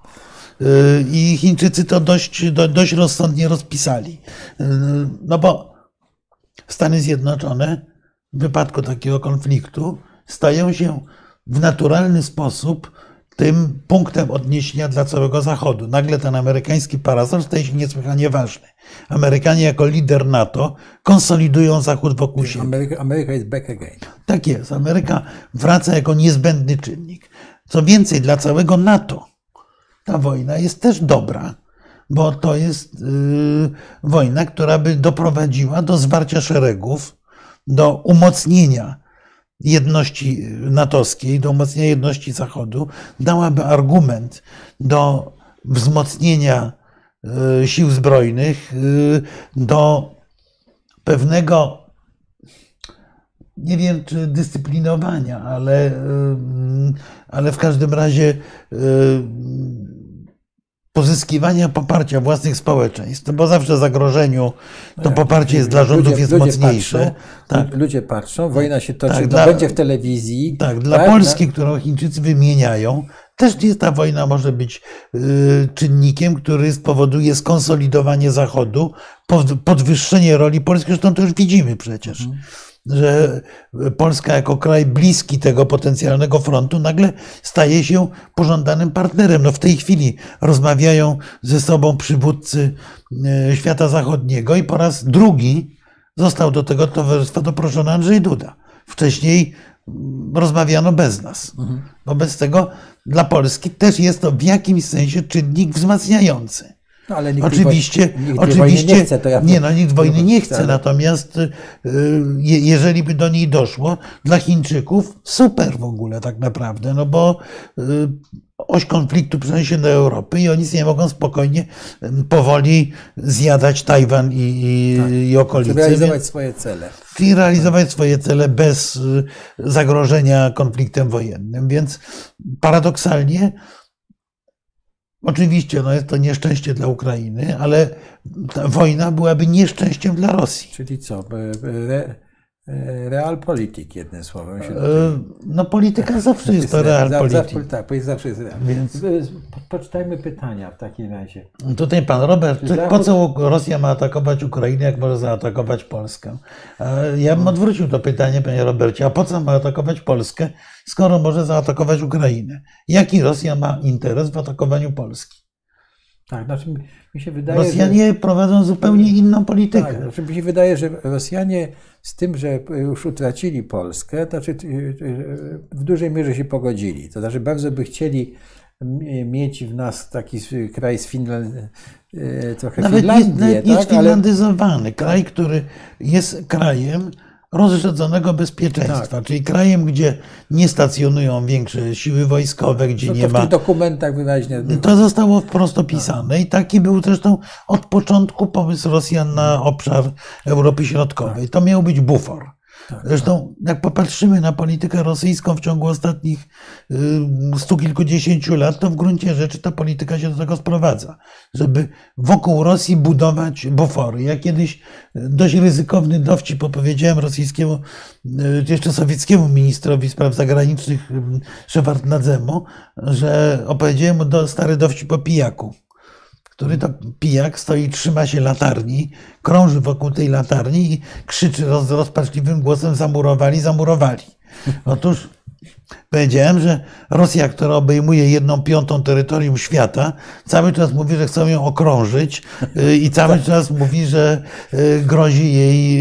I Chińczycy to dość rozsądnie rozpisali. No bo Stany Zjednoczone w wypadku takiego konfliktu stają się w naturalny sposób tym punktem odniesienia dla całego Zachodu. Nagle ten amerykański parasol staje się niesłychanie ważny. Amerykanie jako lider NATO konsolidują Zachód wokół siebie. Ameryka jest back again. Tak jest. Ameryka wraca jako niezbędny czynnik. Co więcej, dla całego NATO ta wojna jest też dobra, bo to jest wojna, która by doprowadziła do zwarcia szeregów, do umocnienia jedności natowskiej, do umocnienia jedności Zachodu, dałaby argument do wzmocnienia sił zbrojnych, do pewnego, nie wiem czy dyscyplinowania, ale w każdym razie pozyskiwania poparcia własnych społeczeństw, bo zawsze w zagrożeniu to poparcie jest dla rządów jest mocniejsze. Ludzie patrzą, wojna się toczy, będzie w telewizji. Dla Polski, którą Chińczycy wymieniają, też ta wojna może być czynnikiem, który spowoduje skonsolidowanie Zachodu, podwyższenie roli Polski. Zresztą to już widzimy przecież, że Polska jako kraj bliski tego potencjalnego frontu nagle staje się pożądanym partnerem. No w tej chwili rozmawiają ze sobą przywódcy świata zachodniego i po raz drugi został do tego towarzystwa doproszony Andrzej Duda. Wcześniej rozmawiano bez nas. Wobec tego dla Polski też jest to w jakimś sensie czynnik wzmacniający. No, ale oczywiście nie chce, to nikt wojny nie chce, natomiast jeżeli by do niej doszło, dla Chińczyków super w ogóle tak naprawdę, no bo oś konfliktu przeniesie do Europy i oni nie mogą spokojnie powoli zjadać Tajwan i okolice. Realizować swoje cele. I realizować swoje cele bez zagrożenia konfliktem wojennym, więc paradoksalnie oczywiście jest to nieszczęście dla Ukrainy, ale ta wojna byłaby nieszczęściem dla Rosji. Czyli co? Realpolitik, jednym słowem. No polityka zawsze jest to realpolitik. Tak, zawsze jest real. Więc poczytajmy pytania w takim razie. Tutaj pan Robert, po co Rosja ma atakować Ukrainę, jak może zaatakować Polskę? Ja bym odwrócił to pytanie, panie Robercie, a po co ma atakować Polskę, skoro może zaatakować Ukrainę? Jaki Rosja ma interes w atakowaniu Polski? Tak, znaczy mi się wydaje, Rosjanie prowadzą zupełnie inną politykę. Tak, znaczy mi się wydaje, że Rosjanie z tym, że już utracili Polskę, to znaczy w dużej mierze się pogodzili. To znaczy bardzo by chcieli mieć w nas taki kraj z Finlandii, trochę nawet Finlandię. Nie sfinlandyzowany, kraj, który jest krajem rozrzedzonego bezpieczeństwa, czyli krajem, gdzie nie stacjonują większe siły wojskowe, gdzie nie ma... W tych dokumentach wyraźnie... To zostało wprost opisane i taki był zresztą od początku pomysł Rosjan na obszar Europy Środkowej. To miał być bufor. Zresztą jak popatrzymy na politykę rosyjską w ciągu ostatnich 100 kilkudziesięciu lat, to w gruncie rzeczy ta polityka się do tego sprowadza, żeby wokół Rosji budować bufory. Ja kiedyś dość ryzykowny dowcip opowiedziałem rosyjskiemu, jeszcze sowieckiemu ministrowi spraw zagranicznych Szewardnadzemu, że opowiedziałem mu stary dowcip o pijaku, który to pijak stoi, trzyma się latarni, krąży wokół tej latarni i krzyczy rozpaczliwym głosem: zamurowali, zamurowali. Otóż powiedziałem, że Rosja, która obejmuje 1/5 terytorium świata, cały czas mówi, że chcą ją okrążyć i cały czas mówi, że grozi jej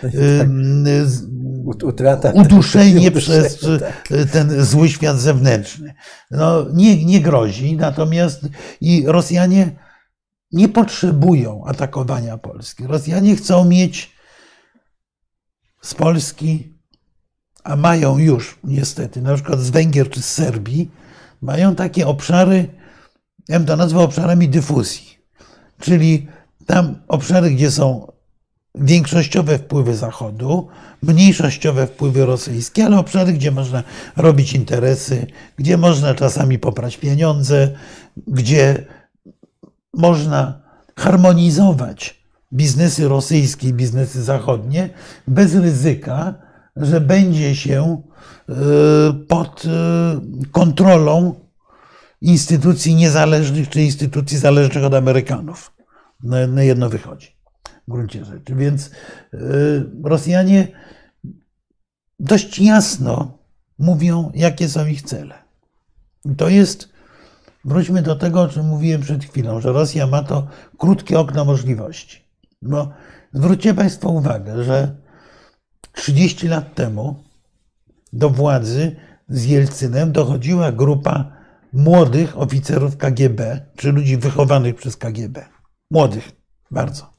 uduszenie przez ten zły świat zewnętrzny. No, nie grozi, natomiast i Rosjanie nie potrzebują atakowania Polski. Rosjanie chcą mieć z Polski, a mają już niestety, na przykład z Węgier czy z Serbii, mają takie obszary, ja bym to nazwał obszarami dyfuzji, czyli tam obszary, gdzie są większościowe wpływy Zachodu, mniejszościowe wpływy rosyjskie, ale obszary, gdzie można robić interesy, gdzie można czasami poprać pieniądze, gdzie można harmonizować biznesy rosyjskie i biznesy zachodnie bez ryzyka, że będzie się pod kontrolą instytucji niezależnych czy instytucji zależnych od Amerykanów. Na jedno wychodzi w gruncie rzeczy. Więc Rosjanie dość jasno mówią, jakie są ich cele. I to jest, wróćmy do tego, o czym mówiłem przed chwilą, że Rosja ma to krótkie okno możliwości. Bo zwróćcie Państwo uwagę, że 30 lat temu do władzy z Jelcynem dochodziła grupa młodych oficerów KGB, czy ludzi wychowanych przez KGB. Młodych, bardzo.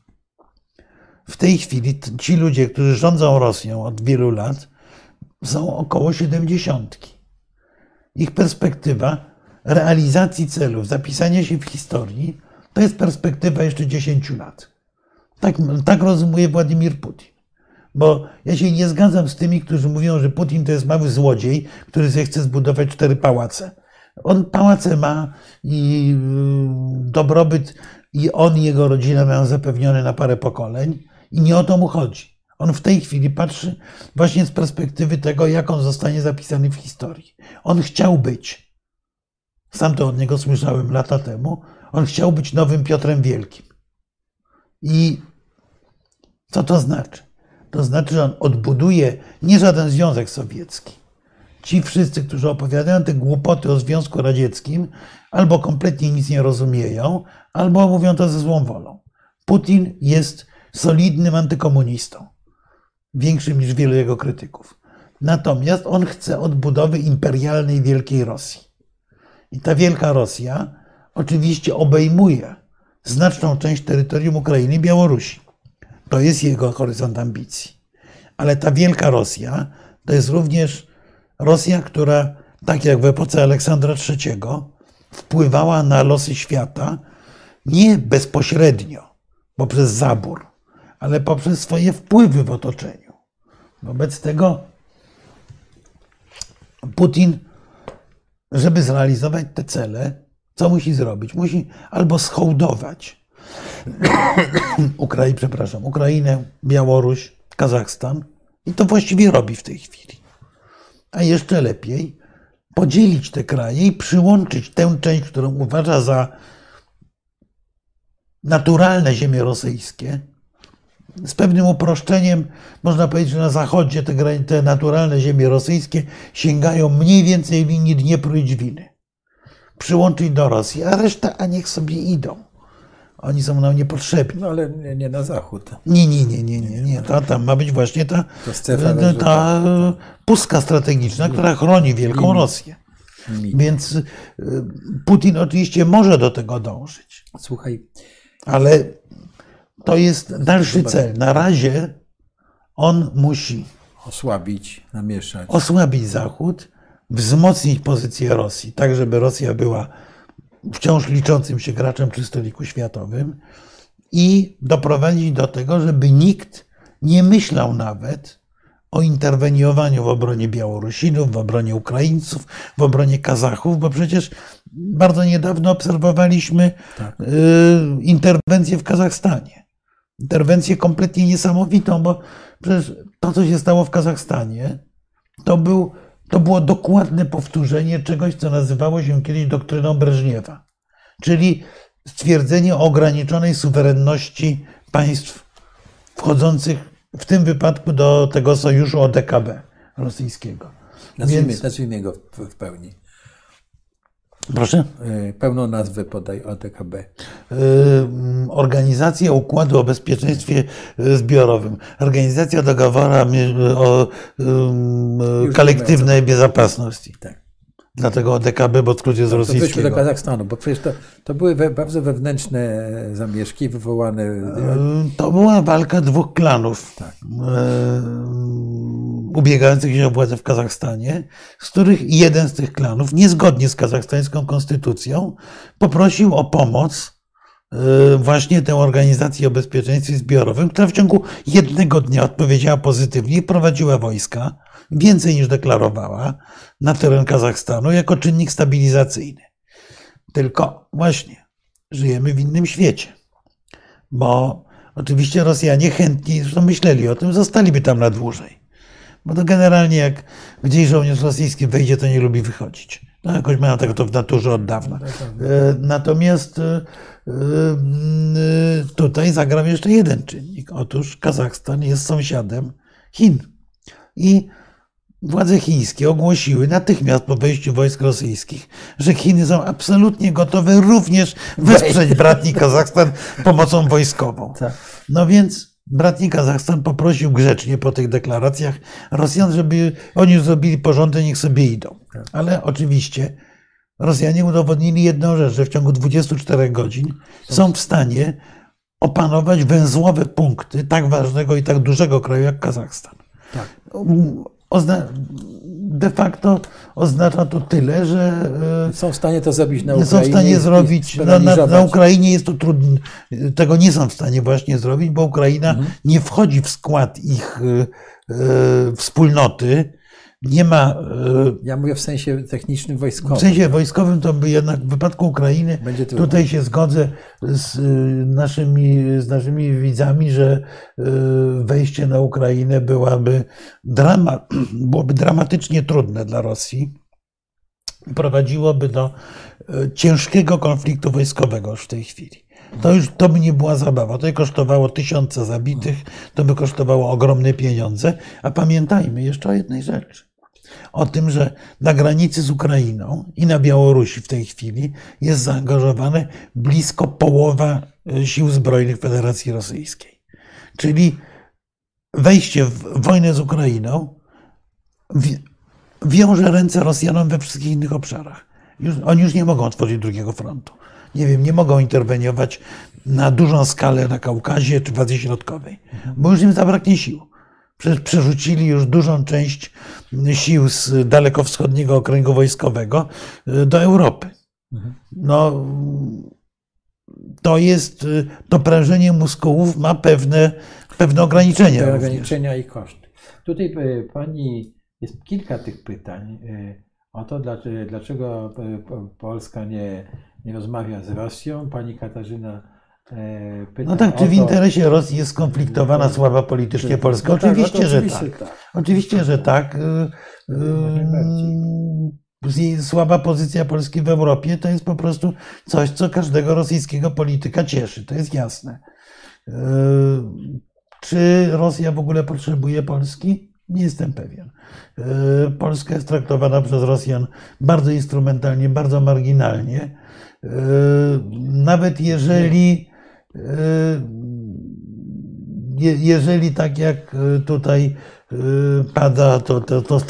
W tej chwili ci ludzie, którzy rządzą Rosją od wielu lat, są około 70. Ich perspektywa realizacji celów, zapisania się w historii, to jest perspektywa jeszcze 10 lat. Tak rozumie Władimir Putin. Bo ja się nie zgadzam z tymi, którzy mówią, że Putin to jest mały złodziej, który sobie chce zbudować 4 pałace. On pałace ma i dobrobyt i on i jego rodzina mają zapewniony na parę pokoleń i nie o to mu chodzi. On w tej chwili patrzy właśnie z perspektywy tego, jak on zostanie zapisany w historii. On chciał być, sam to od niego słyszałem lata temu, on chciał być nowym Piotrem Wielkim. I co to znaczy? To znaczy, że on odbuduje nie żaden Związek Sowiecki. Ci wszyscy, którzy opowiadają te głupoty o Związku Radzieckim, albo kompletnie nic nie rozumieją, albo mówią to ze złą wolą. Putin jest solidnym antykomunistą, większym niż wielu jego krytyków. Natomiast on chce odbudowy imperialnej Wielkiej Rosji. I ta Wielka Rosja oczywiście obejmuje znaczną część terytorium Ukrainy i Białorusi. To jest jego horyzont ambicji. Ale ta Wielka Rosja to jest również Rosja, która, tak jak w epoce Aleksandra III, wpływała na losy świata nie bezpośrednio, poprzez zabór, ale poprzez swoje wpływy w otoczeniu. Wobec tego Putin, żeby zrealizować te cele, co musi zrobić? Musi albo schołdować Ukrainę, Białoruś, Kazachstan i to właściwie robi w tej chwili. A jeszcze lepiej podzielić te kraje i przyłączyć tę część, którą uważa za naturalne ziemie rosyjskie. Z pewnym uproszczeniem można powiedzieć, że na zachodzie te naturalne ziemie rosyjskie sięgają mniej więcej linii Dniepru i Dźwiny. Przyłączyć do Rosji, a reszta, a niech sobie idą. Oni są nam niepotrzebni. No ale nie na zachód. Nie. Tam ma być właśnie ta pustka strategiczna, która chroni Wielką Rosję. Więc Putin oczywiście może do tego dążyć. Słuchaj. Ale to jest dalszy cel. Na razie on musi osłabić Zachód, wzmocnić pozycję Rosji, tak żeby Rosja była wciąż liczącym się graczem przy stoliku światowym i doprowadzić do tego, żeby nikt nie myślał nawet o interweniowaniu w obronie Białorusinów, w obronie Ukraińców, w obronie Kazachów, bo przecież bardzo niedawno obserwowaliśmy interwencję w Kazachstanie. Interwencję kompletnie niesamowitą, bo przecież to, co się stało w Kazachstanie, to było dokładne powtórzenie czegoś, co nazywało się kiedyś doktryną Breżniewa. Czyli stwierdzenie o ograniczonej suwerenności państw wchodzących w tym wypadku do tego sojuszu ODKB rosyjskiego. Nazwijmy go w pełni. Proszę? Pełną nazwę podaj ODKB. Organizacja Układu o Bezpieczeństwie Zbiorowym. Organizacja dogoworu o kolektywnej bezpieczeństwie. Tak. Dlatego ODKB, bo skrót jest rosyjskiego. Wróćmy do Kazachstanu, bo przecież to były bardzo wewnętrzne zamieszki wywołane... To była walka dwóch klanów ubiegających się o władzę w Kazachstanie, z których jeden z tych klanów, niezgodnie z kazachstańską konstytucją, poprosił o pomoc właśnie tę organizację o bezpieczeństwie zbiorowym, która w ciągu jednego dnia odpowiedziała pozytywnie i prowadziła wojska, więcej niż deklarowała, na teren Kazachstanu jako czynnik stabilizacyjny. Tylko właśnie żyjemy w innym świecie, bo oczywiście Rosjanie chętnie, zresztą myśleli o tym, zostaliby tam na dłużej. Bo to generalnie jak gdzieś żołnierz rosyjski wejdzie, to nie lubi wychodzić. No jakoś mają tak to w naturze od dawna. Natomiast tutaj zagrał jeszcze jeden czynnik. Otóż Kazachstan jest sąsiadem Chin. I władze chińskie ogłosiły natychmiast po wejściu wojsk rosyjskich, że Chiny są absolutnie gotowe również wesprzeć bratni Kazachstan pomocą wojskową. No więc bratni Kazachstan poprosił grzecznie po tych deklaracjach Rosjan, żeby oni zrobili porządek, niech sobie idą. Ale oczywiście Rosjanie udowodnili jedną rzecz, że w ciągu 24 godzin są w stanie opanować węzłowe punkty tak ważnego i tak dużego kraju jak Kazachstan. Tak. De facto oznacza to tyle, że są w stanie to zrobić na Ukrainie. Są w stanie zrobić. Na Ukrainie jest to trudne. Tego nie są w stanie właśnie zrobić, bo Ukraina nie wchodzi w skład ich wspólnoty. Nie ma. Ja mówię w sensie technicznym, wojskowym. W sensie wojskowym to by jednak w wypadku Ukrainy tutaj się zgodzę z naszymi widzami, że wejście na Ukrainę byłoby dramatycznie trudne dla Rosji. Prowadziłoby do ciężkiego konfliktu wojskowego już w tej chwili. To by nie była zabawa. To by kosztowało tysiące zabitych, to by kosztowało ogromne pieniądze. A pamiętajmy jeszcze o jednej rzeczy. O tym, że na granicy z Ukrainą i na Białorusi w tej chwili jest zaangażowane blisko połowa sił zbrojnych Federacji Rosyjskiej. Czyli wejście w wojnę z Ukrainą wiąże ręce Rosjanom we wszystkich innych obszarach. Oni już nie mogą otworzyć drugiego frontu. Nie wiem, nie mogą interweniować na dużą skalę na Kaukazie czy w Azji Środkowej, bo już im zabraknie sił. Przecież przerzucili już dużą część sił z dalekowschodniego okręgu wojskowego do Europy. No, to prężenie muskułów ma pewne ograniczenia. Pewne ograniczenia i koszty. Tutaj pani, jest kilka tych pytań o to, dlaczego Polska nie rozmawia z Rosją. Pani Katarzyna pyta. No tak, czy w interesie Rosji jest skonfliktowana sława politycznie Polska? Oczywiście, że tak. Oczywiście, że tak. Słaba pozycja Polski w Europie to jest po prostu coś, co każdego rosyjskiego polityka cieszy. To jest jasne. Czy Rosja w ogóle potrzebuje Polski? Nie jestem pewien. Polska jest traktowana przez Rosjan bardzo instrumentalnie, bardzo marginalnie. Nawet jeżeli tak jak tutaj pada to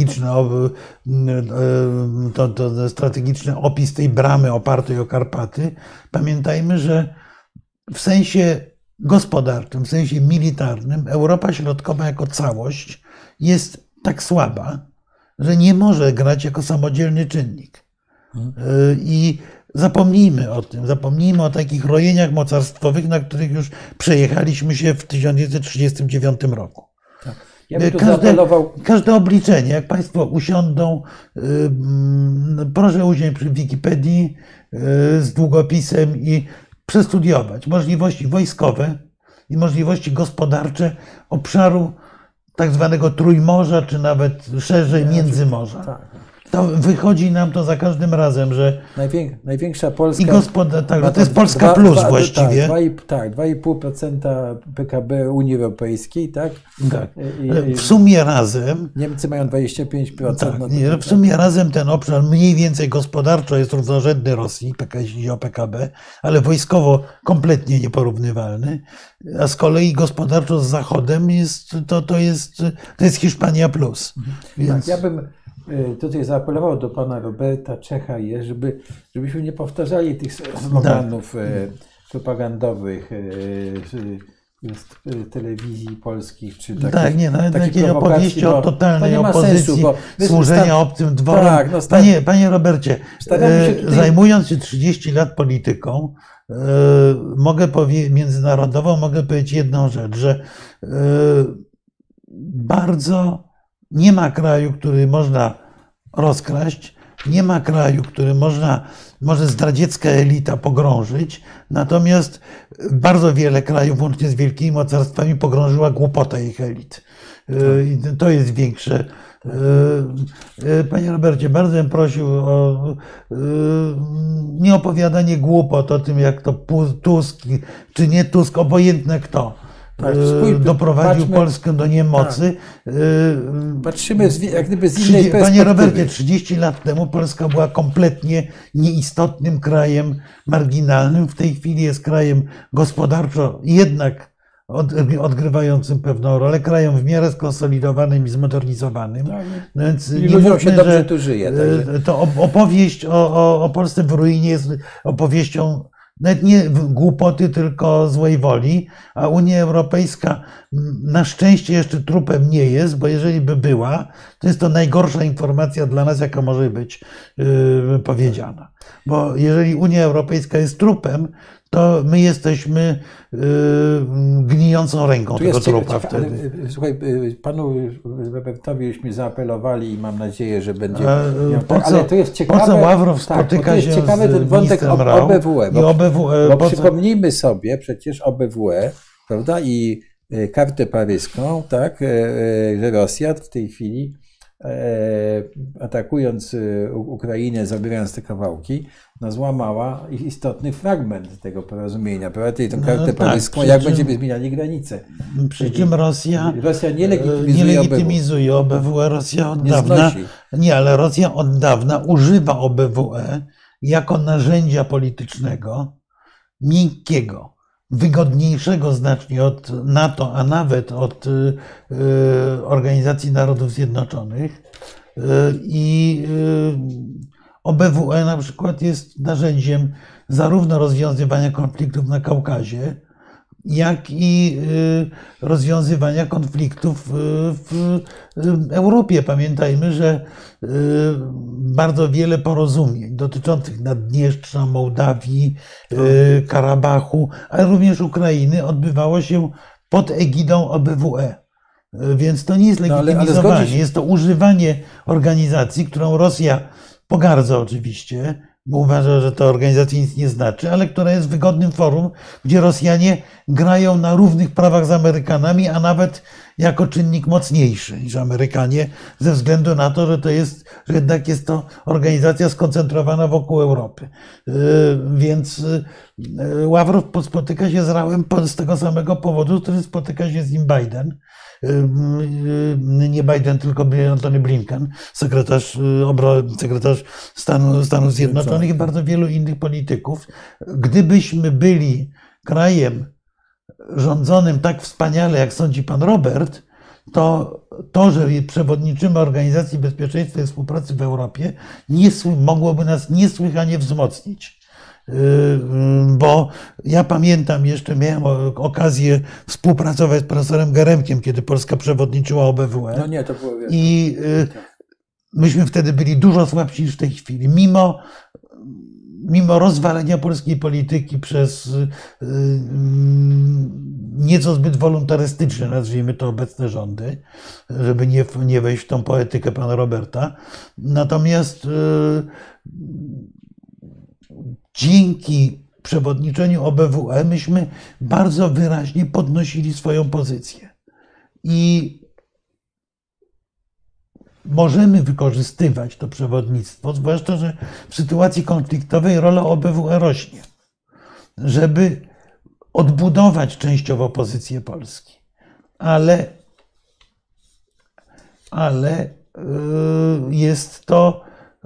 strategiczny opis tej bramy opartej o Karpaty, pamiętajmy, że w sensie gospodarczym, w sensie militarnym Europa Środkowa jako całość jest tak słaba, że nie może grać jako samodzielny czynnik. I zapomnijmy o tym, zapomnijmy o takich rojeniach mocarstwowych, na których już przejechaliśmy się w 1939 roku. Tak. Ja bym tu zaapelował... Każde obliczenie, jak Państwo usiądą, proszę usiąść przy Wikipedii z długopisem i przestudiować możliwości wojskowe i możliwości gospodarcze obszaru tak zwanego Trójmorza, czy nawet szerzej Międzymorza. to wychodzi nam to za każdym razem, że największa Polska... Tak, to jest Polska plus właściwie. 2,5% PKB Unii Europejskiej, tak? Tak. W sumie razem... Niemcy mają 25%. Tak, w sumie razem ten obszar mniej więcej gospodarczo jest równorzędny Rosji, jeśli chodzi o PKB, ale wojskowo kompletnie nieporównywalny, a z kolei gospodarczo z Zachodem to jest Hiszpania plus. Więc... Tak, ja bym tutaj zaapelował do pana Roberta Czecha, żebyśmy nie powtarzali tych sloganów propagandowych z telewizji polskich, czy takich, tak, nie, nawet jakieś opowieści o totalnej opozycji, służenia obcym dworem. Tak, panie Robercie, zajmując się 30 lat polityką, międzynarodową, mogę powiedzieć jedną rzecz, że bardzo nie ma kraju, który można rozkraść, nie ma kraju, który może zdradziecka elita pogrążyć, natomiast bardzo wiele krajów, łącznie z wielkimi mocarstwami, pogrążyła głupota ich elit. I to jest większe. Panie Robercie, bardzo bym prosił o nieopowiadanie głupot o tym, jak to Tusk, czy nie Tusk, obojętne kto. Tak, doprowadził Polskę do niemocy. Tak. Patrzymy jak gdyby z innej perspektywy. Panie Robercie, 30 lat temu Polska była kompletnie nieistotnym krajem marginalnym. W tej chwili jest krajem gospodarczo jednak odgrywającym pewną rolę, krajem w miarę skonsolidowanym i zmodernizowanym. Tak. Więc i ludziom się dobrze tu żyje. To opowieść o Polsce w ruinie jest opowieścią nawet nie głupoty, tylko złej woli, a Unia Europejska na szczęście jeszcze trupem nie jest, bo jeżeli by była, to jest to najgorsza informacja dla nas, jaka może być powiedziana. Bo jeżeli Unia Europejska jest trupem, to my jesteśmy gnijącą ręką tego trupa wtedy. Słuchaj, panu Robertowi zaapelowali i mam nadzieję, że będzie... Ale to jest ciekawe... Po co Ławrow spotyka się ciekawy ten wątek OBWE, bo przypomnijmy sobie przecież OBWE, prawda, i kartę paryską, tak, że Rosja w tej chwili atakując Ukrainę, zabierając te kawałki, złamała istotny fragment tego porozumienia, prawda? Tę kartę paryską, jak będziemy zmieniali granice. Przy czym Rosja nie legitymizuje OBWE. Rosja od dawna używa OBWE jako narzędzia politycznego, miękkiego, wygodniejszego znacznie od NATO, a nawet od Organizacji Narodów Zjednoczonych. I OBWE na przykład jest narzędziem zarówno rozwiązywania konfliktów na Kaukazie, jak i rozwiązywania konfliktów w Europie. Pamiętajmy, że bardzo wiele porozumień dotyczących Naddniestrza, Mołdawii, Karabachu, ale również Ukrainy odbywało się pod egidą OBWE. Więc to nie jest legitymizowanie, jest to używanie organizacji, którą Rosja pogardza oczywiście, bo uważa, że ta organizacja nic nie znaczy, ale która jest wygodnym forum, gdzie Rosjanie grają na równych prawach z Amerykanami, a nawet jako czynnik mocniejszy niż Amerykanie, ze względu na to, że jednak jest to organizacja skoncentrowana wokół Europy. Więc Ławrow spotyka się z Rałem z tego samego powodu, z którym spotyka się z nim Biden. Nie Biden, tylko Antony Blinken, sekretarz Stanów Zjednoczonych i bardzo wielu innych polityków. Gdybyśmy byli krajem rządzonym tak wspaniale, jak sądzi pan Robert, to, że przewodniczymy Organizacji Bezpieczeństwa i Współpracy w Europie, mogłoby nas niesłychanie wzmocnić. Bo ja pamiętam, jeszcze miałem okazję współpracować z profesorem Geremkiem, kiedy Polska przewodniczyła OBWE. No nie, to było wiele. I myśmy wtedy byli dużo słabsi niż w tej chwili. Mimo rozwalenia polskiej polityki przez nieco zbyt wolontarystyczne, nazwijmy to, obecne rządy, żeby nie wejść w tą poetykę pana Roberta. Natomiast dzięki przewodniczeniu OBWE myśmy bardzo wyraźnie podnosili swoją pozycję. I możemy wykorzystywać to przewodnictwo, zwłaszcza, że w sytuacji konfliktowej rola OBWE rośnie, żeby odbudować częściowo pozycję Polski. Ale jest to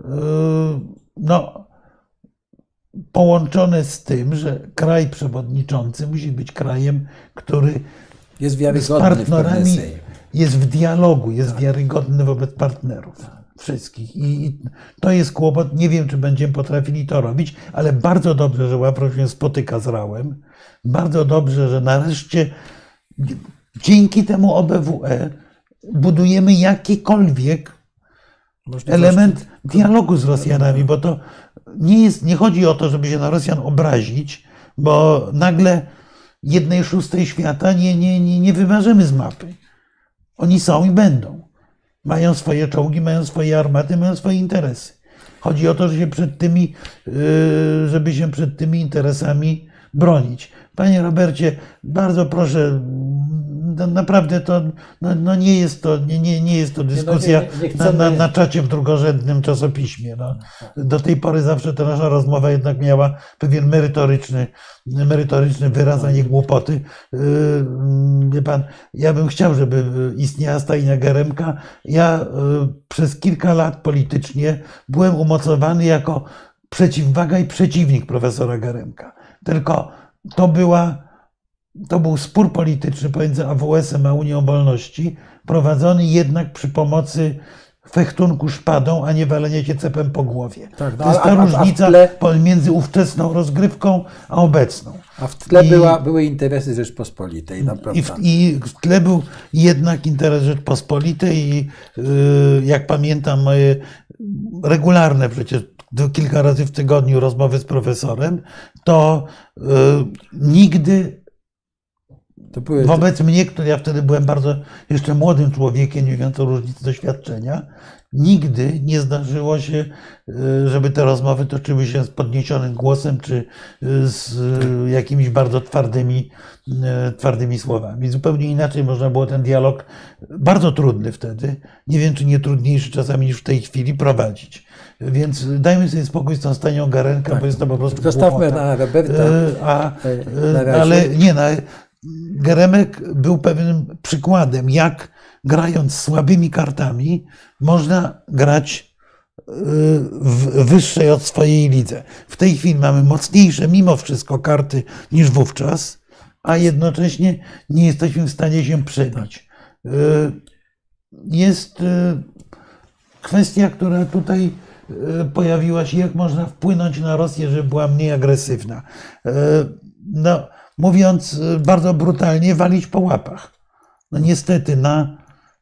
połączone z tym, że kraj przewodniczący musi być krajem, który jest wiarygodny z partnerami jest w dialogu, jest wiarygodny wobec partnerów wszystkich. I to jest kłopot. Nie wiem, czy będziemy potrafili to robić, ale bardzo dobrze, że Ławrow się spotyka z Rałem. Bardzo dobrze, że nareszcie dzięki temu OBWE budujemy jakikolwiek element dialogu z Rosjanami, bo to nie chodzi o to, żeby się na Rosjan obrazić, bo nagle 1/6 świata nie wymarzymy z mapy. Oni są i będą. Mają swoje czołgi, mają swoje armaty, mają swoje interesy. Chodzi o to, żeby się przed tymi interesami bronić. Panie Robercie, bardzo proszę, naprawdę to nie jest to dyskusja na czacie w drugorzędnym czasopiśmie. No. Do tej pory zawsze ta nasza rozmowa jednak miała pewien merytoryczny wyraz, a nie głupoty. Wie pan, ja bym chciał, żeby istniała stajnia Geremka. Ja przez kilka lat politycznie byłem umocowany jako przeciwwaga i przeciwnik profesora Geremka. Tylko to był spór polityczny pomiędzy AWS-em a Unią Wolności, prowadzony jednak przy pomocy fechtunku szpadą, a nie walenia się cepem po głowie. Tak, to jest ta różnica pomiędzy ówczesną rozgrywką a obecną. A w tle były interesy Rzeczpospolitej. I w tle był jednak interes Rzeczpospolitej i jak pamiętam moje regularne przecież kilka razy w tygodniu rozmowy z profesorem, to nigdy wobec mnie, który ja wtedy byłem bardzo jeszcze młodym człowiekiem, nie mówiąc o różnicy doświadczenia, nigdy nie zdarzyło się, żeby te rozmowy toczyły się z podniesionym głosem, czy z jakimiś bardzo twardymi słowami. Zupełnie inaczej można było ten dialog, bardzo trudny wtedy, nie wiem, czy nie trudniejszy czasami niż w tej chwili, prowadzić. Więc dajmy sobie spokój z tą stanią Garenka, bo jest to po prostu zostawmy na Roberta. Ale nie, Geremek był pewnym przykładem, jak grając słabymi kartami można grać w wyższej od swojej lidze. W tej chwili mamy mocniejsze mimo wszystko karty niż wówczas, a jednocześnie nie jesteśmy w stanie się przebić. Jest kwestia, która tutaj pojawiła się, jak można wpłynąć na Rosję, żeby była mniej agresywna. Mówiąc bardzo brutalnie, walić po łapach. Niestety na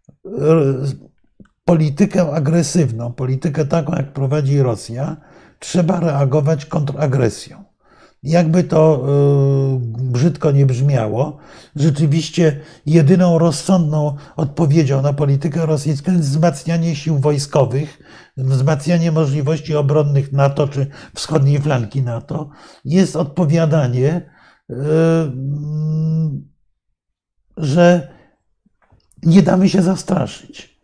politykę agresywną, politykę taką, jak prowadzi Rosja, trzeba reagować kontragresją. Jakby to brzydko nie brzmiało, rzeczywiście jedyną rozsądną odpowiedzią na politykę rosyjską jest wzmacnianie sił wojskowych, wzmacnianie możliwości obronnych NATO czy wschodniej flanki NATO. Jest odpowiadanie, że nie damy się zastraszyć.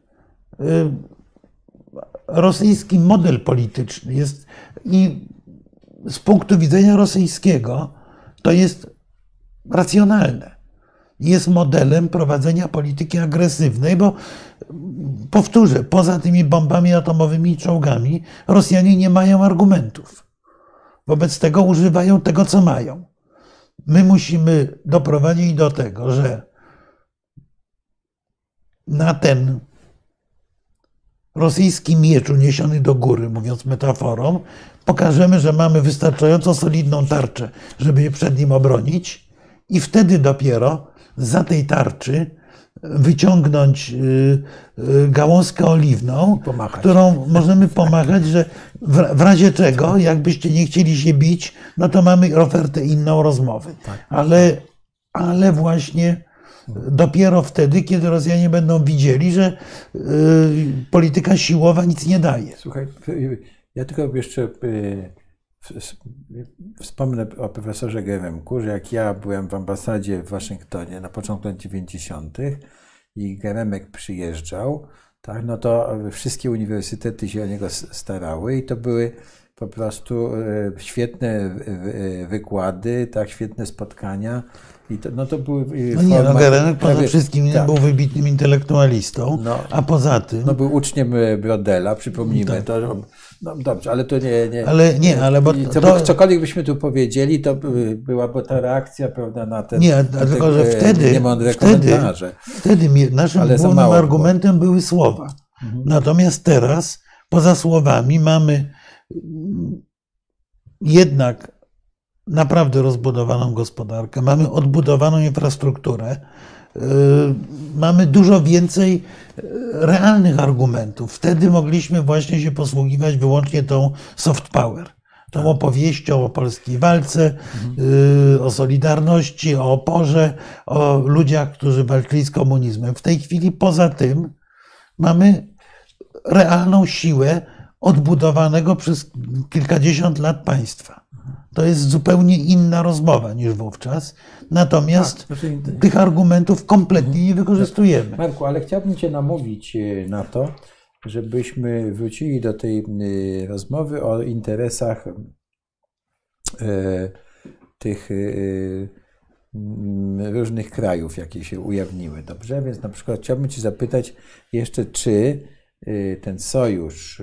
Rosyjski model polityczny jest i z punktu widzenia rosyjskiego to jest racjonalne. Jest modelem prowadzenia polityki agresywnej, bo powtórzę, poza tymi bombami atomowymi i czołgami Rosjanie nie mają argumentów. Wobec tego używają tego, co mają. My musimy doprowadzić do tego, że na ten rosyjski miecz uniesiony do góry, mówiąc metaforą, pokażemy, że mamy wystarczająco solidną tarczę, żeby je przed nim obronić i wtedy dopiero zza tej tarczy wyciągnąć gałązkę oliwną, którą możemy pomachać, że w razie czego, jakbyście nie chcieli się bić, no to mamy ofertę inną rozmowy. Tak. Ale właśnie dopiero wtedy, kiedy Rosjanie będą widzieli, że polityka siłowa nic nie daje. Słuchaj, ja tylko jeszcze wspomnę o profesorze Geremku, że jak ja byłem w ambasadzie w Waszyngtonie na początku lat 90. i Geremek przyjeżdżał, tak, no to wszystkie uniwersytety się o niego starały i to były po prostu świetne wykłady, tak, świetne spotkania. I to, no to były Gerenek poza wszystkim był wybitnym intelektualistą, a poza tym... No był uczniem Brodela, przypomnijmy to. No dobrze, ale to nie... Ale bo cokolwiek byśmy tu powiedzieli, to byłaby ta reakcja, prawda, na ten... tylko że niemądre komentarze. Wtedy naszym głównym argumentem były słowa. Natomiast teraz, poza słowami, mamy jednak naprawdę rozbudowaną gospodarkę, mamy odbudowaną infrastrukturę, mamy dużo więcej realnych argumentów. Wtedy mogliśmy właśnie się posługiwać wyłącznie tą soft power, tą opowieścią o polskiej walce, o Solidarności, o oporze, o ludziach, którzy walczyli z komunizmem. W tej chwili poza tym mamy realną siłę odbudowanego przez kilkadziesiąt lat państwa. To jest zupełnie inna rozmowa niż wówczas. Natomiast tych argumentów kompletnie nie wykorzystujemy. Marku, ale chciałbym Cię namówić na to, żebyśmy wrócili do tej rozmowy o interesach tych różnych krajów, jakie się ujawniły. Dobrze? Więc na przykład chciałbym Cię zapytać jeszcze, czy ten sojusz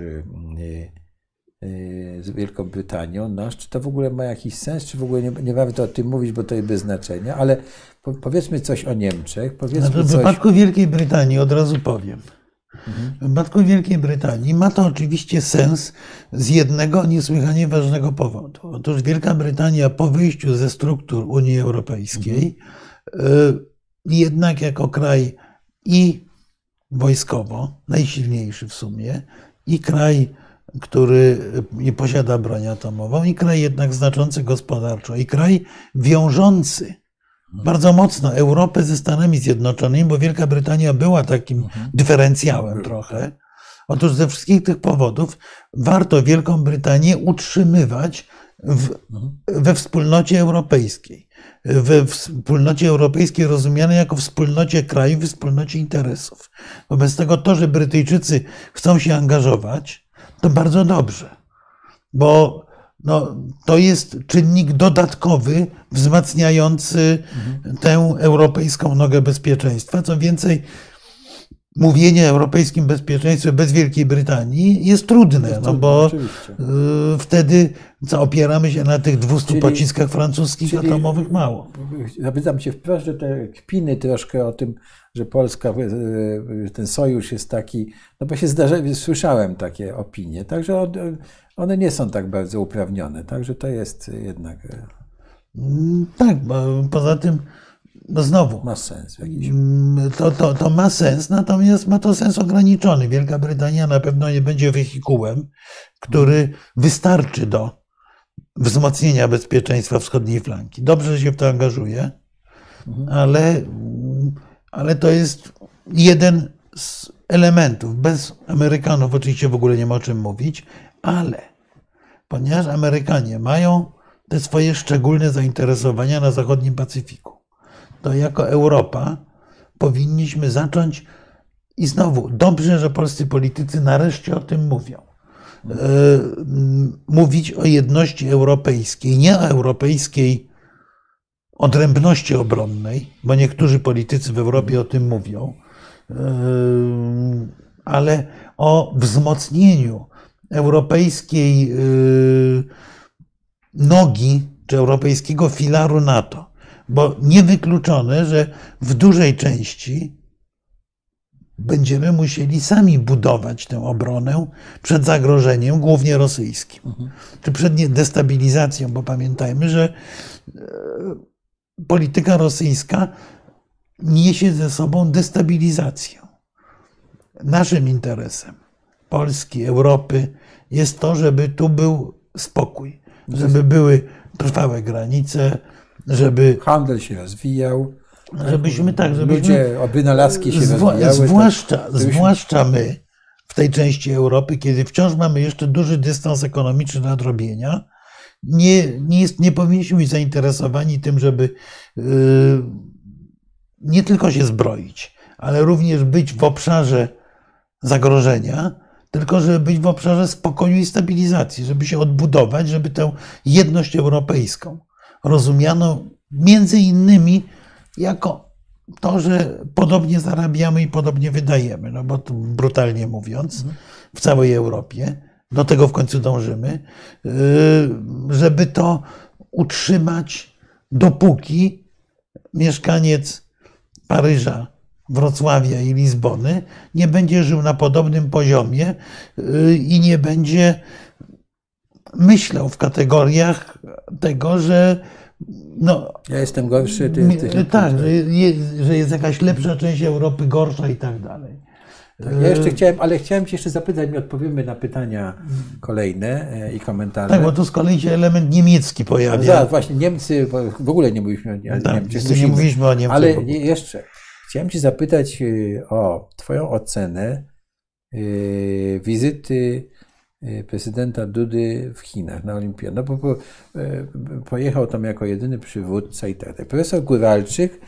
z Wielką Brytanią nasz, czy to w ogóle ma jakiś sens, czy w ogóle nie warto o tym mówić, bo to jest bez znaczenia, ale powiedzmy coś o Niemczech. W wypadku Wielkiej Brytanii od razu powiem. W przypadku Wielkiej Brytanii ma to oczywiście sens z jednego niesłychanie ważnego powodu. Otóż Wielka Brytania po wyjściu ze struktur Unii Europejskiej jednak jako kraj i wojskowo, najsilniejszy w sumie, i kraj, który nie posiada broń atomową, i kraj jednak znaczący gospodarczo, i kraj wiążący bardzo mocno Europę ze Stanami Zjednoczonymi, bo Wielka Brytania była takim dyferencjałem trochę. Otóż ze wszystkich tych powodów warto Wielką Brytanię utrzymywać we wspólnocie europejskiej. We wspólnocie europejskiej rozumianej jako wspólnocie krajów i wspólnocie interesów. Wobec tego to, że Brytyjczycy chcą się angażować, to bardzo dobrze, bo to jest czynnik dodatkowy wzmacniający tę europejską nogę bezpieczeństwa. Co więcej, mówienie o europejskim bezpieczeństwie bez Wielkiej Brytanii jest trudne, bo oczywiście. Wtedy opieramy się na tych 200 pociskach francuskich atomowych mało. Zapytam się wprost, że te kpiny troszkę o tym, że Polska, ten sojusz jest taki, no bo się słyszałem takie opinie, także one nie są tak bardzo uprawnione, także to jest jednak... Tak, bo poza tym znowu ma sens jakiś. To ma sens, natomiast ma to sens ograniczony. Wielka Brytania na pewno nie będzie wehikułem, który wystarczy do wzmocnienia bezpieczeństwa wschodniej flanki. Dobrze, że się w to angażuje, ale to jest jeden z elementów. Bez Amerykanów oczywiście w ogóle nie ma o czym mówić, ale ponieważ Amerykanie mają te swoje szczególne zainteresowania na zachodnim Pacyfiku, to jako Europa powinniśmy zacząć, i znowu dobrze, że polscy politycy nareszcie o tym mówią, mówić o jedności europejskiej, nie o europejskiej odrębności obronnej, bo niektórzy politycy w Europie o tym mówią, ale o wzmocnieniu europejskiej nogi, czy europejskiego filaru NATO. Bo niewykluczone, że w dużej części będziemy musieli sami budować tę obronę przed zagrożeniem, głównie rosyjskim, czy przed destabilizacją, bo pamiętajmy, że polityka rosyjska niesie ze sobą destabilizację. Naszym interesem Polski, Europy jest to, żeby tu był spokój, żeby były trwałe granice, żeby handel się rozwijał, żebyśmy ludzie, wynalazki się rozwijały. Zwłaszcza my w tej części Europy, kiedy wciąż mamy jeszcze duży dystans ekonomiczny do nadrobienia, nie powinniśmy być zainteresowani tym, żeby nie tylko się zbroić, ale również być w obszarze zagrożenia, tylko żeby być w obszarze spokoju i stabilizacji, żeby się odbudować, żeby tę jedność europejską rozumiano między innymi jako to, że podobnie zarabiamy i podobnie wydajemy, no bo to brutalnie mówiąc, w całej Europie, do tego w końcu dążymy, żeby to utrzymać, dopóki mieszkaniec Paryża, Wrocławia i Lizbony nie będzie żył na podobnym poziomie i nie będzie myślał w kategoriach tego, że no, ja jestem gorszy, ty jesteś lepszy. Tak, że jest jakaś lepsza część Europy, gorsza i tak dalej. Tak, ja jeszcze chciałem Cię jeszcze zapytać, my odpowiemy na pytania kolejne i komentarze. Tak, bo tu z kolei się element niemiecki pojawia. Tak, właśnie, Niemcy, w ogóle nie mówiliśmy o Niemczech. Nie mówiliśmy o Niemczech. Ale jeszcze, chciałem Cię zapytać o Twoją ocenę wizyty prezydenta Dudy w Chinach na Olimpiadzie. No bo pojechał tam jako jedyny przywódca i tak dalej. Profesor Góralczyk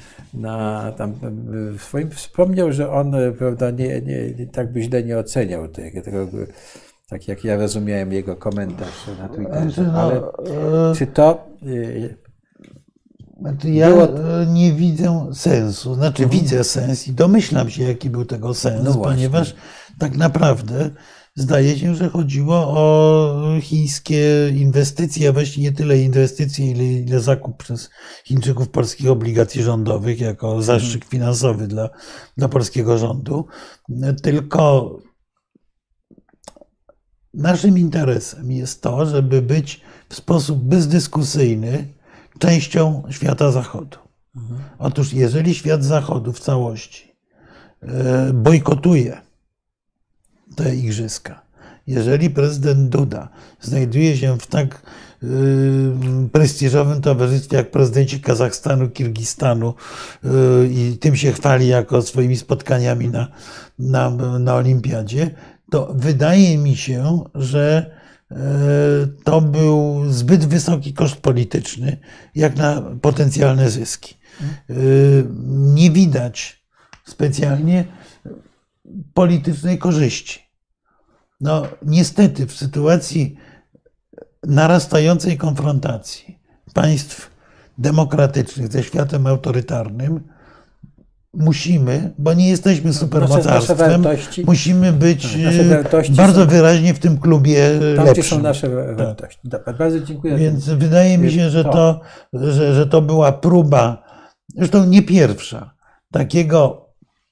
swoim wspomniał, że on, prawda, nie tak by źle nie oceniał tego, tak jak ja rozumiałem jego komentarz na Twitterze. Ale czy to... Ja nie widzę sensu. Znaczy widzę sens i domyślam się, jaki był tego sens, ponieważ tak naprawdę zdaje się, że chodziło o chińskie inwestycje, a właściwie nie tyle inwestycje, ile zakup przez Chińczyków polskich obligacji rządowych jako zastrzyk finansowy dla polskiego rządu. Tylko naszym interesem jest to, żeby być w sposób bezdyskusyjny częścią świata zachodu. Otóż jeżeli świat zachodu w całości bojkotuje te igrzyska, jeżeli prezydent Duda znajduje się w tak prestiżowym towarzystwie jak prezydenci Kazachstanu, Kirgistanu i tym się chwali jako swoimi spotkaniami na Olimpiadzie, to wydaje mi się, że to był zbyt wysoki koszt polityczny, jak na potencjalne zyski. Nie widać specjalnie politycznej korzyści. No, niestety w sytuacji narastającej konfrontacji państw demokratycznych ze światem autorytarnym musimy, bo nie jesteśmy supermocarstwem, musimy być bardzo wyraźnie w tym klubie lepszym. Gdzie są nasze wartości. Tak. Bardzo dziękuję. Więc wydaje mi się, że to była próba, zresztą nie pierwsza, takiego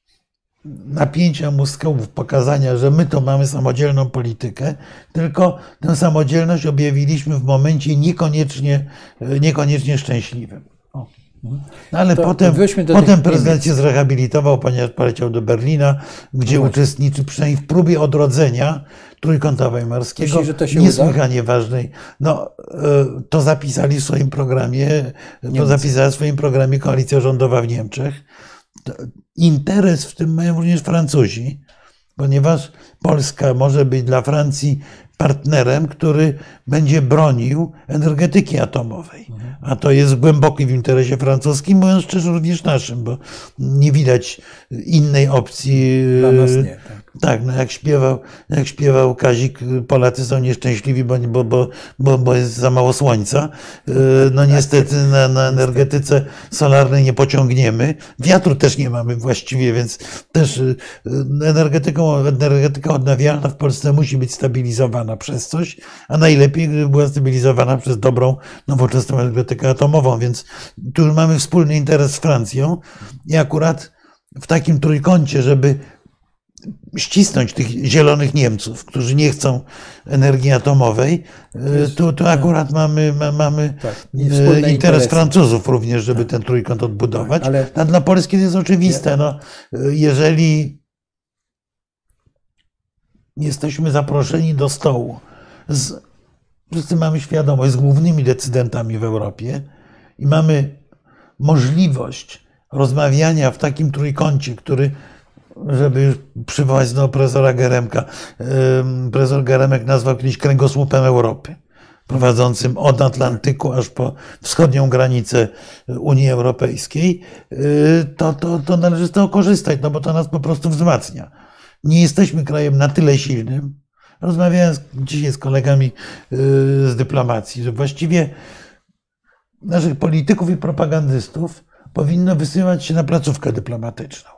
napięcia mózgów, pokazania, że my to mamy samodzielną politykę, tylko tę samodzielność objawiliśmy w momencie niekoniecznie szczęśliwym. No ale potem prezydent się zrehabilitował, ponieważ poleciał do Berlina, gdzie uczestniczy przynajmniej w próbie odrodzenia Trójkąta Weimarskiego, niesłychanie ważnej. No, to zapisali w swoim programie koalicja rządowa w Niemczech. Interes w tym mają również Francuzi, ponieważ Polska może być dla Francji partnerem, który będzie bronił energetyki atomowej. A to jest głęboko w interesie francuskim, mówiąc szczerze, również naszym, bo nie widać innej opcji. Dla nas nie. Tak, no jak śpiewał Kazik, Polacy są nieszczęśliwi, bo jest za mało słońca. No niestety na energetyce solarnej nie pociągniemy. Wiatru też nie mamy właściwie, więc też energetyka odnawialna w Polsce musi być stabilizowana przez coś, a najlepiej, gdyby była stabilizowana przez dobrą, nowoczesną energetykę atomową. Więc tu już mamy wspólny interes z Francją i akurat w takim trójkącie, żeby ścisnąć tych zielonych Niemców, którzy nie chcą energii atomowej, tu akurat mamy interes Francuzów również, żeby ten trójkąt odbudować. A dla Polski to jest oczywiste. No, jeżeli jesteśmy zaproszeni do stołu, wszyscy mamy świadomość, z głównymi decydentami w Europie i mamy możliwość rozmawiania w takim trójkącie, który, żeby już przywołać znowu profesora Geremka, profesor Geremek nazwał kiedyś kręgosłupem Europy, prowadzącym od Atlantyku aż po wschodnią granicę Unii Europejskiej, to należy z tego korzystać, no bo to nas po prostu wzmacnia. nie jesteśmy krajem na tyle silnym. Rozmawiałem dzisiaj z kolegami z dyplomacji, że właściwie naszych polityków i propagandystów powinno wysyłać się na placówkę dyplomatyczną.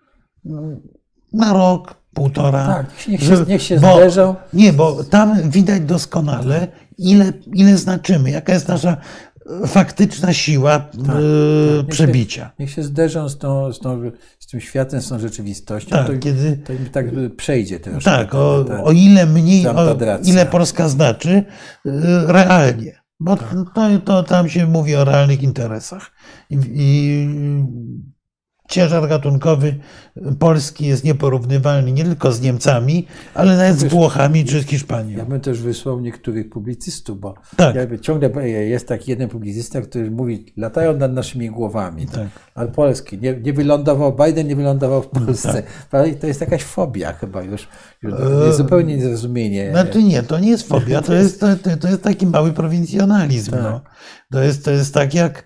Na rok, półtora. Tak, niech się zderzą. Nie, bo tam widać doskonale, ile znaczymy, jaka jest nasza faktyczna siła przebicia. Niech się zderzą z tym światem, z tą rzeczywistością, tak, to im tak przejdzie też. Tak, o ile mniej, ile Polska znaczy realnie. Bo to tam się mówi o realnych interesach. I ciężar gatunkowy Polski jest nieporównywalny nie tylko z Niemcami, ale nawet z Włochami czy z Hiszpanią. Ja bym też wysłał niektórych publicystów, bo tak. Ciągle jest taki jeden publicysta, który mówi, latają nad naszymi głowami. Tak. Ale Polski, nie wylądował, Biden nie wylądował w Polsce. Tak. To jest jakaś fobia chyba już jest zupełnie niezrozumienie. Znaczy nie, to nie jest fobia, to jest taki mały prowincjonalizm. Tak. No. To jest tak jak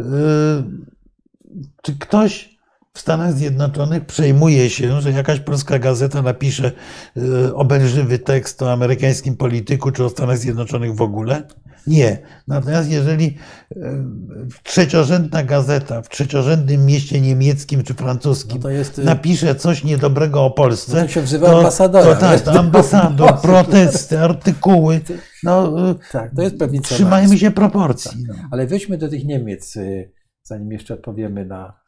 czy ktoś w Stanach Zjednoczonych przejmuje się, że jakaś polska gazeta napisze obelżywy tekst o amerykańskim polityku czy o Stanach Zjednoczonych w ogóle? Nie. Natomiast jeżeli trzeciorzędna gazeta w trzeciorzędnym mieście niemieckim czy francuskim napisze coś niedobrego o Polsce, to się wzywa ambasadora. To ambasador, protesty, artykuły. Tak, to jest pewnie trzymajmy się proporcji. Tak. Ale weźmy do tych Niemiec, zanim jeszcze odpowiemy na...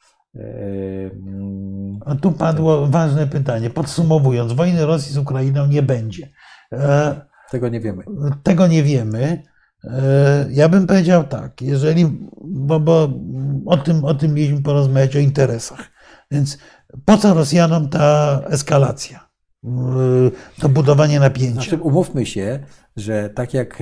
A tu padło ważne pytanie. Podsumowując, wojny Rosji z Ukrainą nie będzie. Tego nie wiemy. Tego nie wiemy. Ja bym powiedział tak, bo o tym mieliśmy porozmawiać, o interesach. Więc po co Rosjanom ta eskalacja? To budowanie napięcia. Znaczy, umówmy się, że tak jak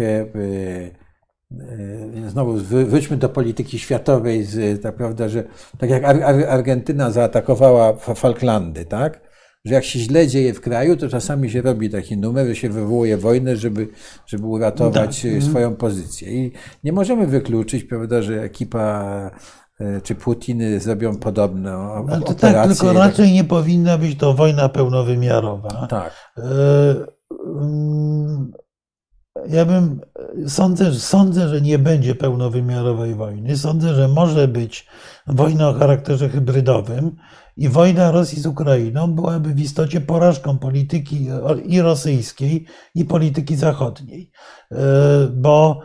znowu wróćmy do polityki światowej, tak, prawda, że tak jak Argentyna zaatakowała Falklandy, tak? Że jak się źle dzieje w kraju, to czasami się robi taki numer, że się wywołuje wojnę, żeby uratować swoją pozycję. I nie możemy wykluczyć, prawda, że ekipa czy Putin zrobią podobne operacje. Tak, tylko raczej nie powinna być to wojna pełnowymiarowa. Tak. Ja sądzę, że nie będzie pełnowymiarowej wojny. Sądzę, że może być wojna o charakterze hybrydowym i wojna Rosji z Ukrainą byłaby w istocie porażką polityki i rosyjskiej, i polityki zachodniej. Bo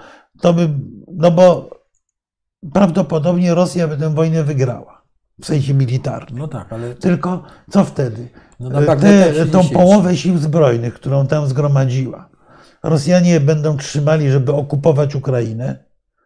prawdopodobnie Rosja by tę wojnę wygrała w sensie militarnym. No tak, ale... Tylko co wtedy? Tą połowę sił zbrojnych, którą tam zgromadziła, Rosjanie będą trzymali, żeby okupować Ukrainę.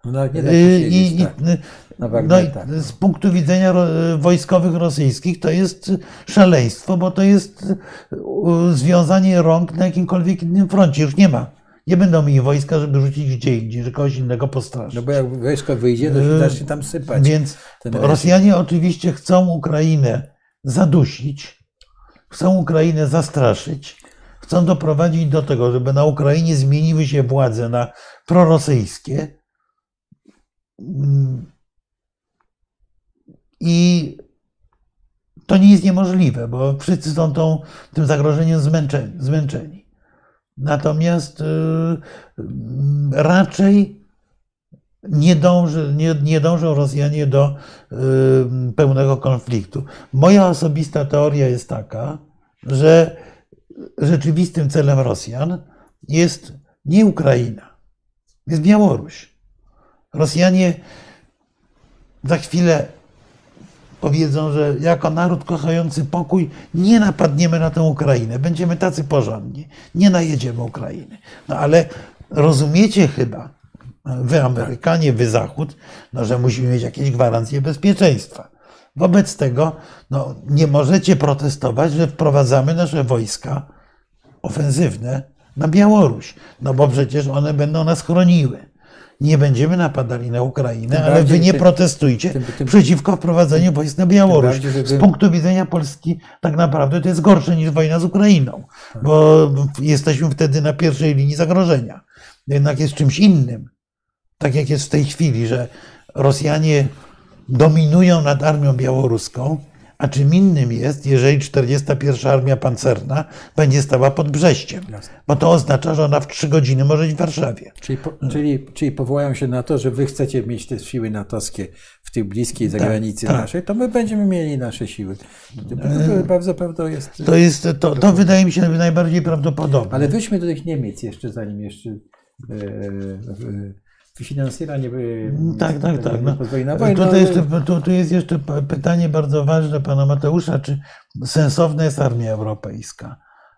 Z punktu widzenia wojskowych rosyjskich to jest szaleństwo, bo to jest związanie rąk na jakimkolwiek innym froncie. Już nie będą mieli wojska, żeby rzucić gdzie indziej, że kogoś innego postraszyć. No bo jak wojsko wyjdzie, to się zacznie tam sypać. Więc Rosjanie oczywiście chcą Ukrainę zadusić, chcą Ukrainę zastraszyć, chcą doprowadzić do tego, żeby na Ukrainie zmieniły się władze na prorosyjskie i to nie jest niemożliwe, bo wszyscy są tym zagrożeniem zmęczeni. Natomiast raczej nie dążą Rosjanie do pełnego konfliktu. Moja osobista teoria jest taka, że rzeczywistym celem Rosjan jest nie Ukraina, jest Białoruś. Rosjanie za chwilę powiedzą, że jako naród kochający pokój nie napadniemy na tę Ukrainę, będziemy tacy porządni, nie najedziemy Ukrainy. No ale rozumiecie chyba, wy Amerykanie, wy Zachód, że musimy mieć jakieś gwarancje bezpieczeństwa. Wobec tego nie możecie protestować, że wprowadzamy nasze wojska ofensywne na Białoruś, bo przecież one będą nas chroniły. Nie będziemy napadali na Ukrainę, ale wy nie protestujcie przeciwko wprowadzeniu wojsk na Białoruś. Z punktu widzenia Polski tak naprawdę to jest gorsze niż wojna z Ukrainą, bo jesteśmy wtedy na pierwszej linii zagrożenia. Jednak jest czymś innym. Tak jak jest w tej chwili, że Rosjanie dominują nad armią białoruską, A czym innym jest, jeżeli 41. Armia Pancerna będzie stała pod Brześciem, bo to oznacza, że ona w 3 godziny może być w Warszawie. Czyli powołają się na to, że wy chcecie mieć te siły natowskie w tej bliskiej zagranicy naszej, to my będziemy mieli nasze siły. To bardzo prawdą jest. To wydaje mi się najbardziej prawdopodobne. Ale wróćmy do tych Niemiec jeszcze, zanim jeszcze finansjera nie pozwoli na wojnę. Tu jest jeszcze pytanie bardzo ważne pana Mateusza, czy sensowna jest armia europejska?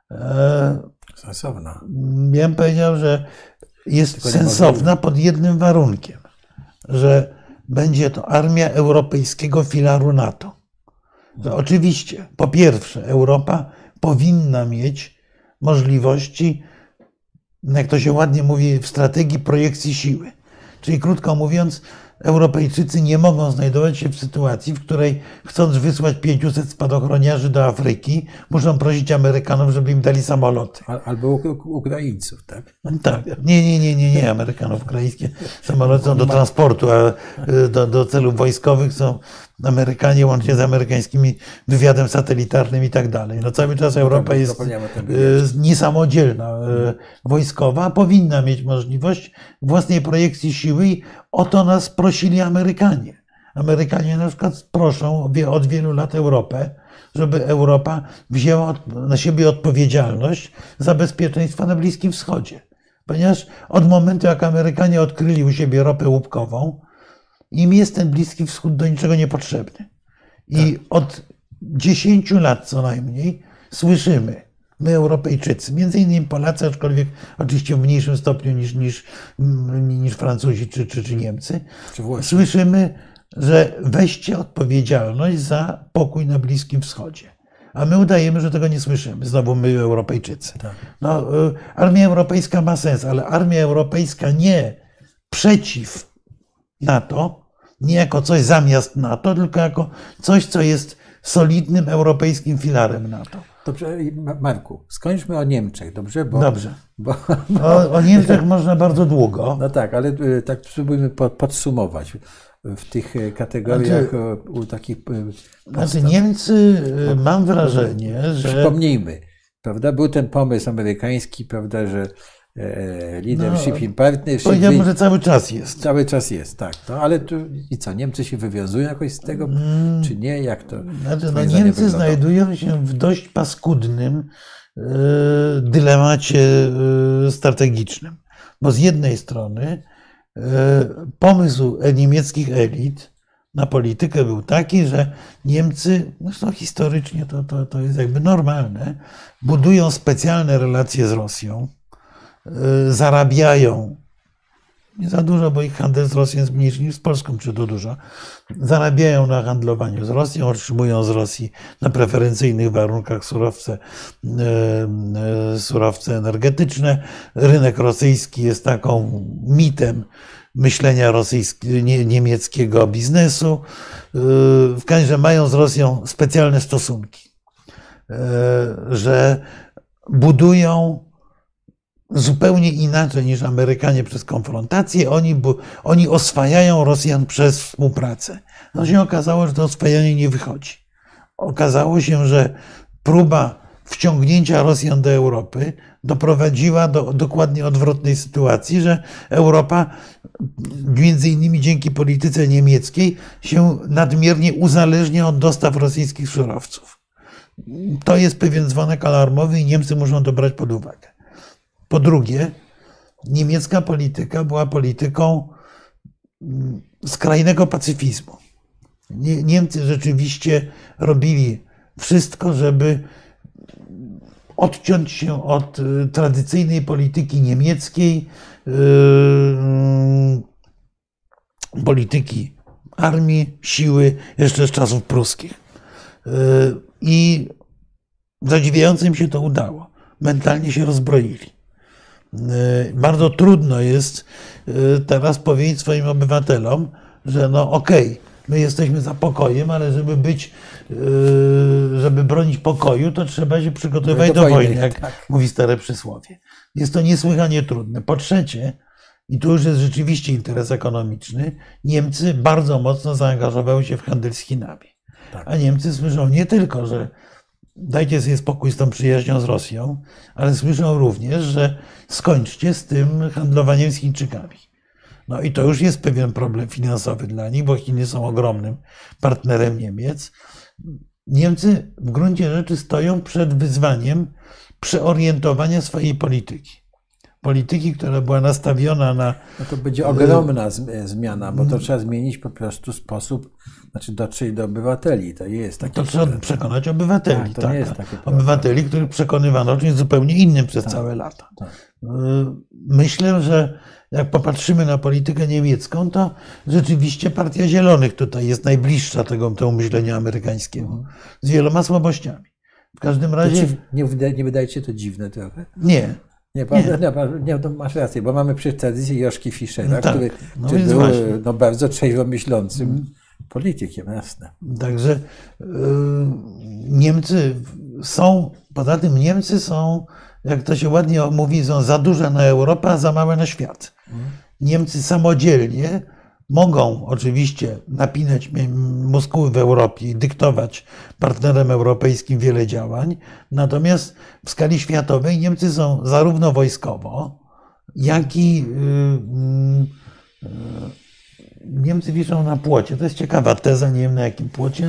Sensowna. Ja bym powiedział, że jest sensowna pod jednym warunkiem, że będzie to armia europejskiego filaru NATO. To oczywiście, po pierwsze, Europa powinna mieć możliwości, jak to się ładnie mówi, w strategii projekcji siły. Czyli krótko mówiąc, Europejczycy nie mogą znajdować się w sytuacji, w której chcąc wysłać 500 spadochroniarzy do Afryki, muszą prosić Amerykanów, żeby im dali samoloty. Albo Ukraińców, tak? Tak. Nie. Amerykanów. Ukraińskie samoloty są do transportu, a do celów wojskowych są Amerykanie, łącznie z amerykańskim wywiadem satelitarnym i tak dalej. No cały czas Europa jest niesamodzielna wojskowa, powinna mieć możliwość własnej projekcji siły i o to nas prosili Amerykanie. Amerykanie na przykład proszą od wielu lat Europę, żeby Europa wzięła na siebie odpowiedzialność za bezpieczeństwo na Bliskim Wschodzie. Ponieważ od momentu, jak Amerykanie odkryli u siebie ropę łupkową, im jest ten Bliski Wschód do niczego niepotrzebny. I od 10 lat co najmniej słyszymy, my Europejczycy, między innymi Polacy, aczkolwiek oczywiście w mniejszym stopniu niż Francuzi czy Niemcy, słyszymy, że weźcie odpowiedzialność za pokój na Bliskim Wschodzie. A my udajemy, że tego nie słyszymy. Znowu my Europejczycy. Tak. No, armia europejska ma sens, ale armia europejska nie przeciw NATO, nie jako coś zamiast NATO, tylko jako coś, co jest solidnym europejskim filarem NATO. Dobrze, Marku, skończmy o Niemczech, dobrze? Dobrze. O Niemczech można bardzo długo. No tak, ale tak spróbujmy podsumować w tych kategoriach takich. Znaczy Niemcy, mam wrażenie, że. Przypomnijmy, prawda? Był ten pomysł amerykański, prawda, że leadership in partnership. Powiedziałbym, że cały czas jest. Cały czas jest, tak. No, ale i co, Niemcy się wywiązują jakoś z tego, czy nie? Jak to? Znaczy, Niemcy znajdują się w dość paskudnym dylemacie strategicznym. Bo z jednej strony pomysł niemieckich elit na politykę był taki, że Niemcy, zresztą historycznie to jest jakby normalne, budują specjalne relacje z Rosją, zarabiają, nie za dużo, bo ich handel z Rosją jest mniejszy niż z Polską, czy to dużo, zarabiają na handlowaniu z Rosją, otrzymują z Rosji na preferencyjnych warunkach surowce energetyczne. Rynek rosyjski jest taką mitem myślenia niemieckiego biznesu. W każdym razie mają z Rosją specjalne stosunki, że budują zupełnie inaczej niż Amerykanie przez konfrontację. Oni oswajają Rosjan przez współpracę. No się okazało, że to oswajanie nie wychodzi. Okazało się, że próba wciągnięcia Rosjan do Europy doprowadziła do dokładnie odwrotnej sytuacji, że Europa, między innymi dzięki polityce niemieckiej, się nadmiernie uzależnia od dostaw rosyjskich surowców. To jest pewien dzwonek alarmowy i Niemcy muszą to brać pod uwagę. Po drugie, niemiecka polityka była polityką skrajnego pacyfizmu. Niemcy rzeczywiście robili wszystko, żeby odciąć się od tradycyjnej polityki niemieckiej, polityki armii, siły, jeszcze z czasów pruskich. I zadziwiająco im się to udało. Mentalnie się rozbroili. Bardzo trudno jest teraz powiedzieć swoim obywatelom, że no okej, my jesteśmy za pokojem, ale żeby bronić pokoju, to trzeba się przygotowywać do wojny, jak mówi stare przysłowie. Jest to niesłychanie trudne. Po trzecie, i tu już jest rzeczywiście interes ekonomiczny, Niemcy bardzo mocno zaangażowały się w handel z Chinami. Tak. A Niemcy słyszą nie tylko, że dajcie sobie spokój z tą przyjaźnią z Rosją, ale słyszą również, że skończcie z tym handlowaniem z Chińczykami. No i to już jest pewien problem finansowy dla nich, bo Chiny są ogromnym partnerem Niemiec. Niemcy w gruncie rzeczy stoją przed wyzwaniem przeorientowania swojej polityki. Polityki, która była nastawiona na... No to będzie ogromna zmiana, bo to trzeba zmienić po prostu sposób, znaczy dotrzeć do obywateli. To jest takie... To trzeba przekonać obywateli. Tak, to nie jest takie obywateli, których przekonywano o czymś zupełnie innym przez całe lata. Tak. Myślę, że jak popatrzymy na politykę niemiecką, to rzeczywiście Partia Zielonych tutaj jest najbliższa temu myśleniu amerykańskiemu. Z wieloma słabościami. W każdym razie... Nie wydaje ci się to dziwne trochę? Nie. Nie, to masz rację, bo mamy przecież tradycję Joszki Fischera, tak, który był bardzo trzeźwo myślącym politykiem, jasne. Także Niemcy są, poza tym Niemcy są, jak to się ładnie mówi, są za duże na Europę, a za małe na świat. Niemcy samodzielnie mogą oczywiście napinać muskuły w Europie i dyktować partnerem europejskim wiele działań, natomiast w skali światowej Niemcy są zarówno wojskowo, jak i Niemcy wiszą na płocie. To jest ciekawa teza, nie wiem na jakim płocie,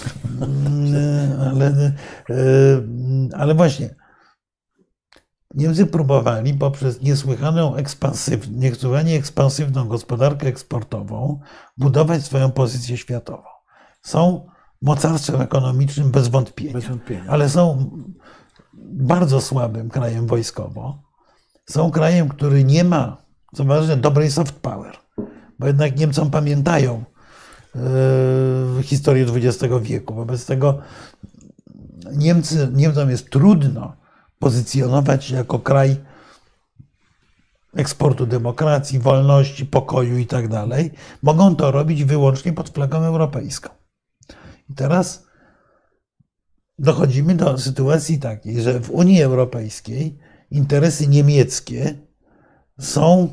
ale właśnie Niemcy próbowali poprzez niesłychanie ekspansywną gospodarkę eksportową budować swoją pozycję światową. Są mocarstwem ekonomicznym bez wątpienia, ale są bardzo słabym krajem wojskowo. Są krajem, który nie ma, co ważne, dobrej soft power, bo jednak Niemcom pamiętają historię XX wieku. Wobec tego Niemcom jest trudno pozycjonować się jako kraj eksportu demokracji, wolności, pokoju i tak dalej. Mogą to robić wyłącznie pod flagą europejską. I teraz dochodzimy do sytuacji takiej, że w Unii Europejskiej interesy niemieckie są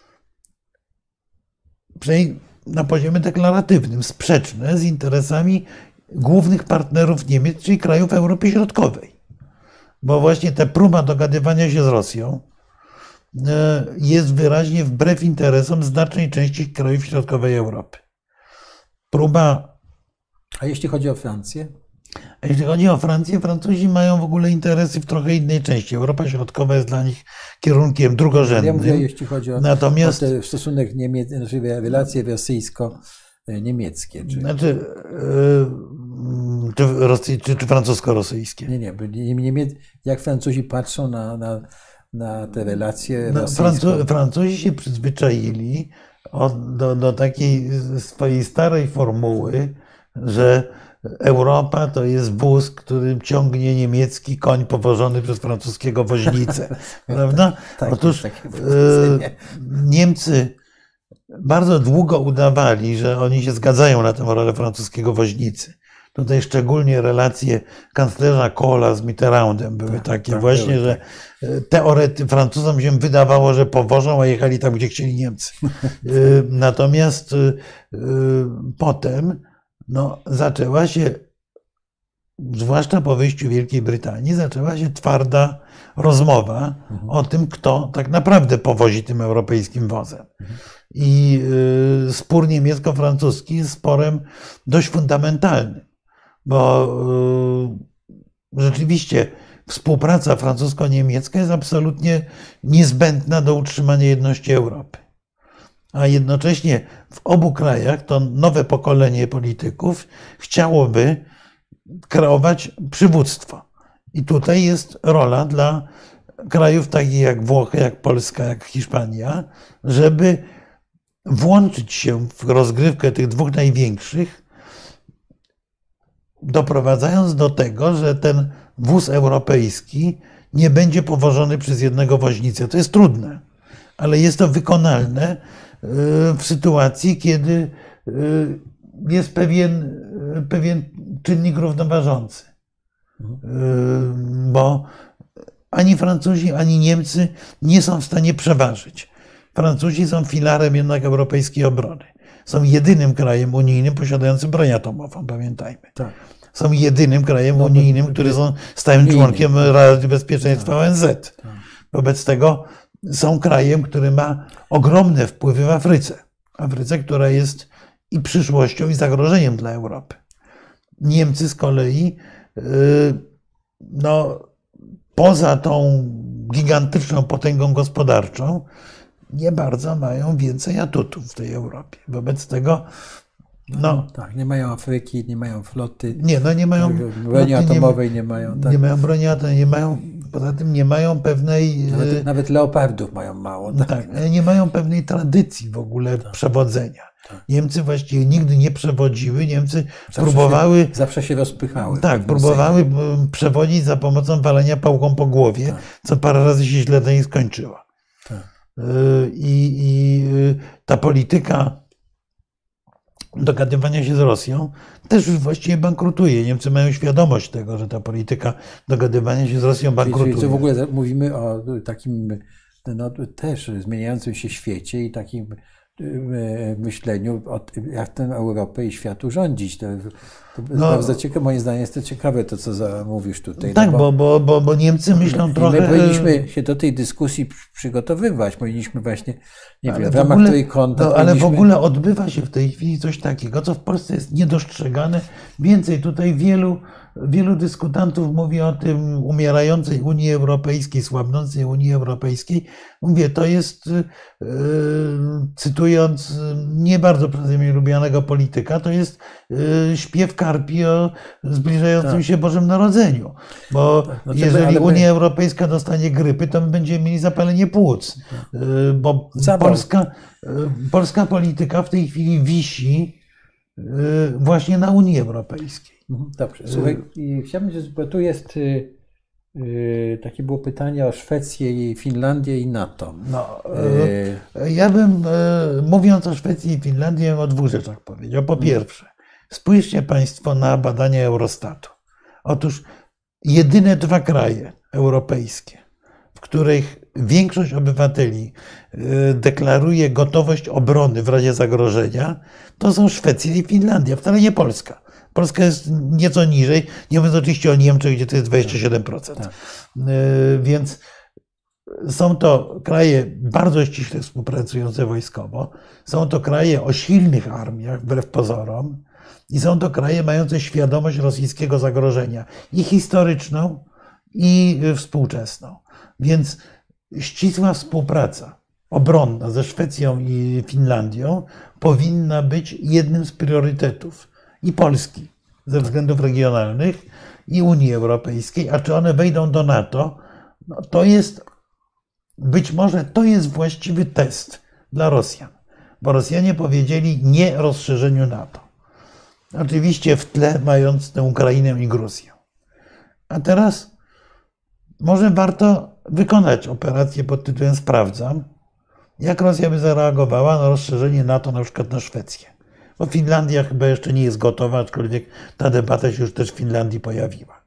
przynajmniej na poziomie deklaratywnym sprzeczne z interesami głównych partnerów Niemiec, czyli krajów Europy Środkowej. Bo właśnie ta próba dogadywania się z Rosją jest wyraźnie wbrew interesom znacznej części krajów środkowej Europy. A jeśli chodzi o Francję? A jeśli chodzi o Francję, Francuzi mają w ogóle interesy w trochę innej części. Europa Środkowa jest dla nich kierunkiem drugorzędnym. Ja mówię, jeśli chodzi o stosunek relacje rosyjsko-niemieckie. Czy francusko-rosyjskie? Nie. Jak Francuzi patrzą na te relacje rosyjskie? Francuzi się przyzwyczaili do takiej swojej starej formuły, że Europa to jest wóz, którym ciągnie niemiecki koń powożony przez francuskiego woźnicę. Prawda? Tak, otóż Niemcy bardzo długo udawali, że oni się zgadzają na tę rolę francuskiego woźnicy. Tutaj szczególnie relacje kanclerza Kohla z Mitterrandem były takie właśnie, że Francuzom się wydawało, że powożą, a jechali tam, gdzie chcieli Niemcy. Natomiast potem zaczęła się, zwłaszcza po wyjściu Wielkiej Brytanii, zaczęła się twarda rozmowa o tym, kto tak naprawdę powozi tym europejskim wozem. I spór niemiecko-francuski jest sporem dość fundamentalnym, bo rzeczywiście współpraca francusko-niemiecka jest absolutnie niezbędna do utrzymania jedności Europy. A jednocześnie w obu krajach to nowe pokolenie polityków chciałoby kreować przywództwo. I tutaj jest rola dla krajów takich jak Włochy, jak Polska, jak Hiszpania, żeby włączyć się w rozgrywkę tych dwóch największych, doprowadzając do tego, że ten wóz europejski nie będzie powożony przez jednego woźnicę. To jest trudne, ale jest to wykonalne w sytuacji, kiedy jest pewien czynnik równoważący. Bo ani Francuzi, ani Niemcy nie są w stanie przeważyć. Francuzi są filarem jednak europejskiej obrony. Są jedynym krajem unijnym posiadającym broń atomową, pamiętajmy. Tak. Są jedynym krajem unijnym, który są stałym członkiem Rady Bezpieczeństwa ONZ. Wobec tego są krajem, który ma ogromne wpływy w Afryce. Afryce, która jest i przyszłością, i zagrożeniem dla Europy. Niemcy z kolei, no, poza tą gigantyczną potęgą gospodarczą, nie bardzo mają więcej atutów w tej Europie. Wobec tego, no tak, nie mają Afryki, nie mają floty. Nie mają broni atomowej, nie mają. Tak. Nie mają broni atomowej, poza tym nie mają pewnej. Nawet leopardów mają mało. Tak, nie mają pewnej tradycji w ogóle przewodzenia. Tak. Niemcy właściwie nigdy nie przewodziły. Niemcy próbowały. Zawsze się rozpychały. Tak, próbowały przewodzić za pomocą walenia pałką po głowie, co parę razy się źle dla nich skończyło. Tak. I ta polityka dogadywania się z Rosją też już właściwie bankrutuje. Niemcy mają świadomość tego, że ta polityka dogadywania się z Rosją bankrutuje. Czyli w ogóle mówimy o takim też zmieniającym się świecie i takim myśleniu, jak tę Europę i świat urządzić. To bardzo ciekawe, moim zdaniem jest to ciekawe, to co mówisz tutaj. Tak, bo Niemcy myślą trochę. My powinniśmy się do tej dyskusji przygotowywać. Powinniśmy właśnie, nie wiem, w ramach trójkąta. Ale w ogóle odbywa się w tej chwili coś takiego, co w Polsce jest niedostrzegane. Więcej tutaj wielu dyskutantów mówi o tym umierającej Unii Europejskiej, słabnącej Unii Europejskiej. Mówię, to jest, cytując nie bardzo przeze mnie lubianego polityka, to jest śpiew karpi o zbliżającym się Bożym Narodzeniu. Bo jeżeli Unia Europejska dostanie grypy, to my będziemy mieli zapalenie płuc. Bo polska polityka w tej chwili wisi właśnie na Unii Europejskiej. Dobrze, słuchaj, chciałbym, bo tu jest takie było pytanie o Szwecję, Finlandię i NATO. Ja bym, mówiąc o Szwecji i Finlandii, o dwóch rzeczach powiedział. Po pierwsze, spójrzcie Państwo na badania Eurostatu. Otóż jedyne dwa kraje europejskie, w których większość obywateli deklaruje gotowość obrony w razie zagrożenia, to są Szwecja i Finlandia, wcale nie Polska. Polska jest nieco niżej, nie mówiąc oczywiście o Niemczech, gdzie to jest 27%. Tak. Więc są to kraje bardzo ściśle współpracujące wojskowo, są to kraje o silnych armiach, wbrew pozorom, i są to kraje mające świadomość rosyjskiego zagrożenia, i historyczną, i współczesną. Więc ścisła współpraca obronna ze Szwecją i Finlandią powinna być jednym z priorytetów i Polski ze względów regionalnych, i Unii Europejskiej. A czy one wejdą do NATO, no to jest, być może to jest właściwy test dla Rosjan. Bo Rosjanie powiedzieli nie rozszerzeniu NATO. Oczywiście w tle mając tę Ukrainę i Gruzję. A teraz może warto wykonać operację pod tytułem sprawdzam, jak Rosja by zareagowała na rozszerzenie NATO na przykład na Szwecję. Bo Finlandia chyba jeszcze nie jest gotowa, aczkolwiek ta debata się już też w Finlandii pojawiła.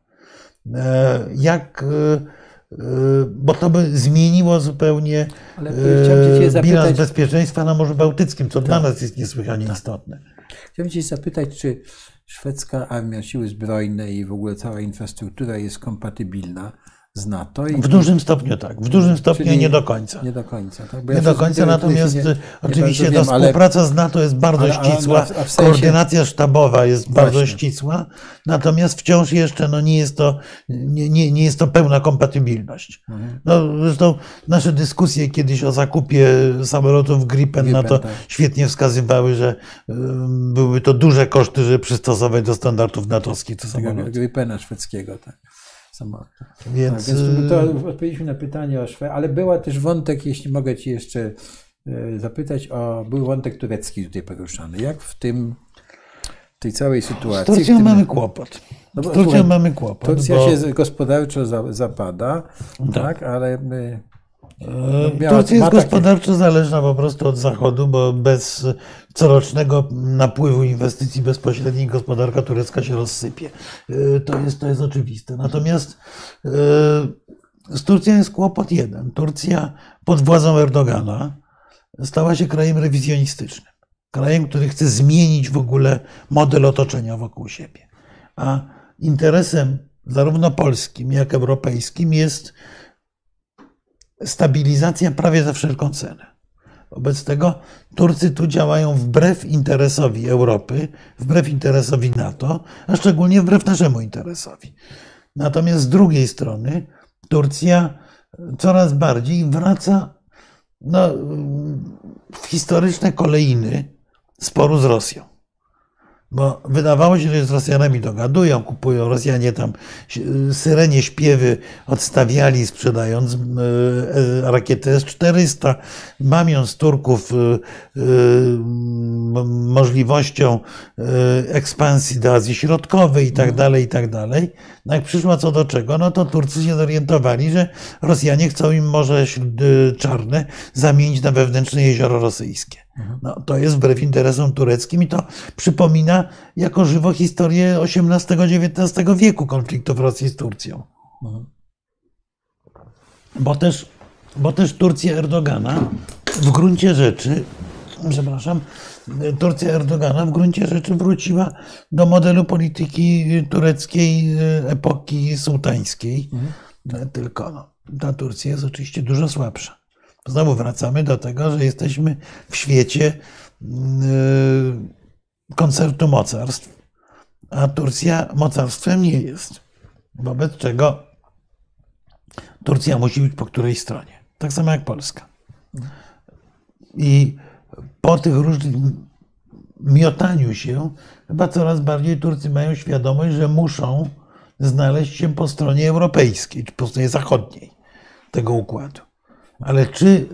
Bo to by zmieniło zupełnie bilans bezpieczeństwa na Morzu Bałtyckim, co dla nas jest niesłychanie istotne. Chciałbym Cię zapytać, czy szwedzka armia, siły zbrojne i w ogóle cała infrastruktura jest kompatybilna z NATO? W dużym stopniu tak, w dużym stopniu nie do końca. Nie do końca, tak? Nie do końca, natomiast oczywiście ta współpraca z NATO jest bardzo ścisła, koordynacja sztabowa jest bardzo ścisła, natomiast wciąż jeszcze nie jest to pełna kompatybilność. Zresztą nasze dyskusje kiedyś o zakupie samolotów Gripen to świetnie wskazywały, że byłyby to duże koszty, żeby przystosować do standardów natowskich te samoloty. Gripena szwedzkiego, tak. Więc to odpowiedzieliśmy na pytanie o Szwecję, ale była też wątek, jeśli mogę Ci jeszcze zapytać, był wątek turecki tutaj poruszany. Jak w tej całej sytuacji? Z Turcją mamy kłopot. Mamy kłopot. Turcja się gospodarczo zapada, tak, ale Turcja jest gospodarczo zależna po prostu od Zachodu, bo bez corocznego napływu inwestycji bezpośrednich gospodarka turecka się rozsypie. To jest oczywiste. Natomiast z Turcją jest kłopot jeden. Turcja pod władzą Erdogana stała się krajem rewizjonistycznym. Krajem, który chce zmienić w ogóle model otoczenia wokół siebie. A interesem zarówno polskim, jak i europejskim jest stabilizacja prawie za wszelką cenę. Wobec tego Turcy tu działają wbrew interesowi Europy, wbrew interesowi NATO, a szczególnie wbrew naszemu interesowi. Natomiast z drugiej strony Turcja coraz bardziej wraca w historyczne kolejny sporu z Rosją. Bo wydawało się, że z Rosjanami dogadują, kupują. Rosjanie tam syrenie śpiewy odstawiali, sprzedając rakiety S-400, mamiąc Turków możliwością ekspansji do Azji Środkowej i tak dalej, i tak dalej. No jak przyszło co do czego, no to Turcy się zorientowali, że Rosjanie chcą im Morze Czarne zamienić na wewnętrzne jezioro rosyjskie. No, to jest wbrew interesom tureckim i to przypomina jako żywo historię XVIII-XIX wieku konfliktów Rosji z Turcją. Bo też Turcja Erdogana w gruncie rzeczy, Turcja Erdogana w gruncie rzeczy wróciła do modelu polityki tureckiej epoki sułtańskiej. Tylko ta Turcja jest oczywiście dużo słabsza. Znowu wracamy do tego, że jesteśmy w świecie koncertu mocarstw, a Turcja mocarstwem nie jest. Wobec czego Turcja musi być po którejś stronie. Tak samo jak Polska. I po tych różnych miotaniu się, chyba coraz bardziej Turcy mają świadomość, że muszą znaleźć się po stronie europejskiej, czy po stronie zachodniej tego układu. Ale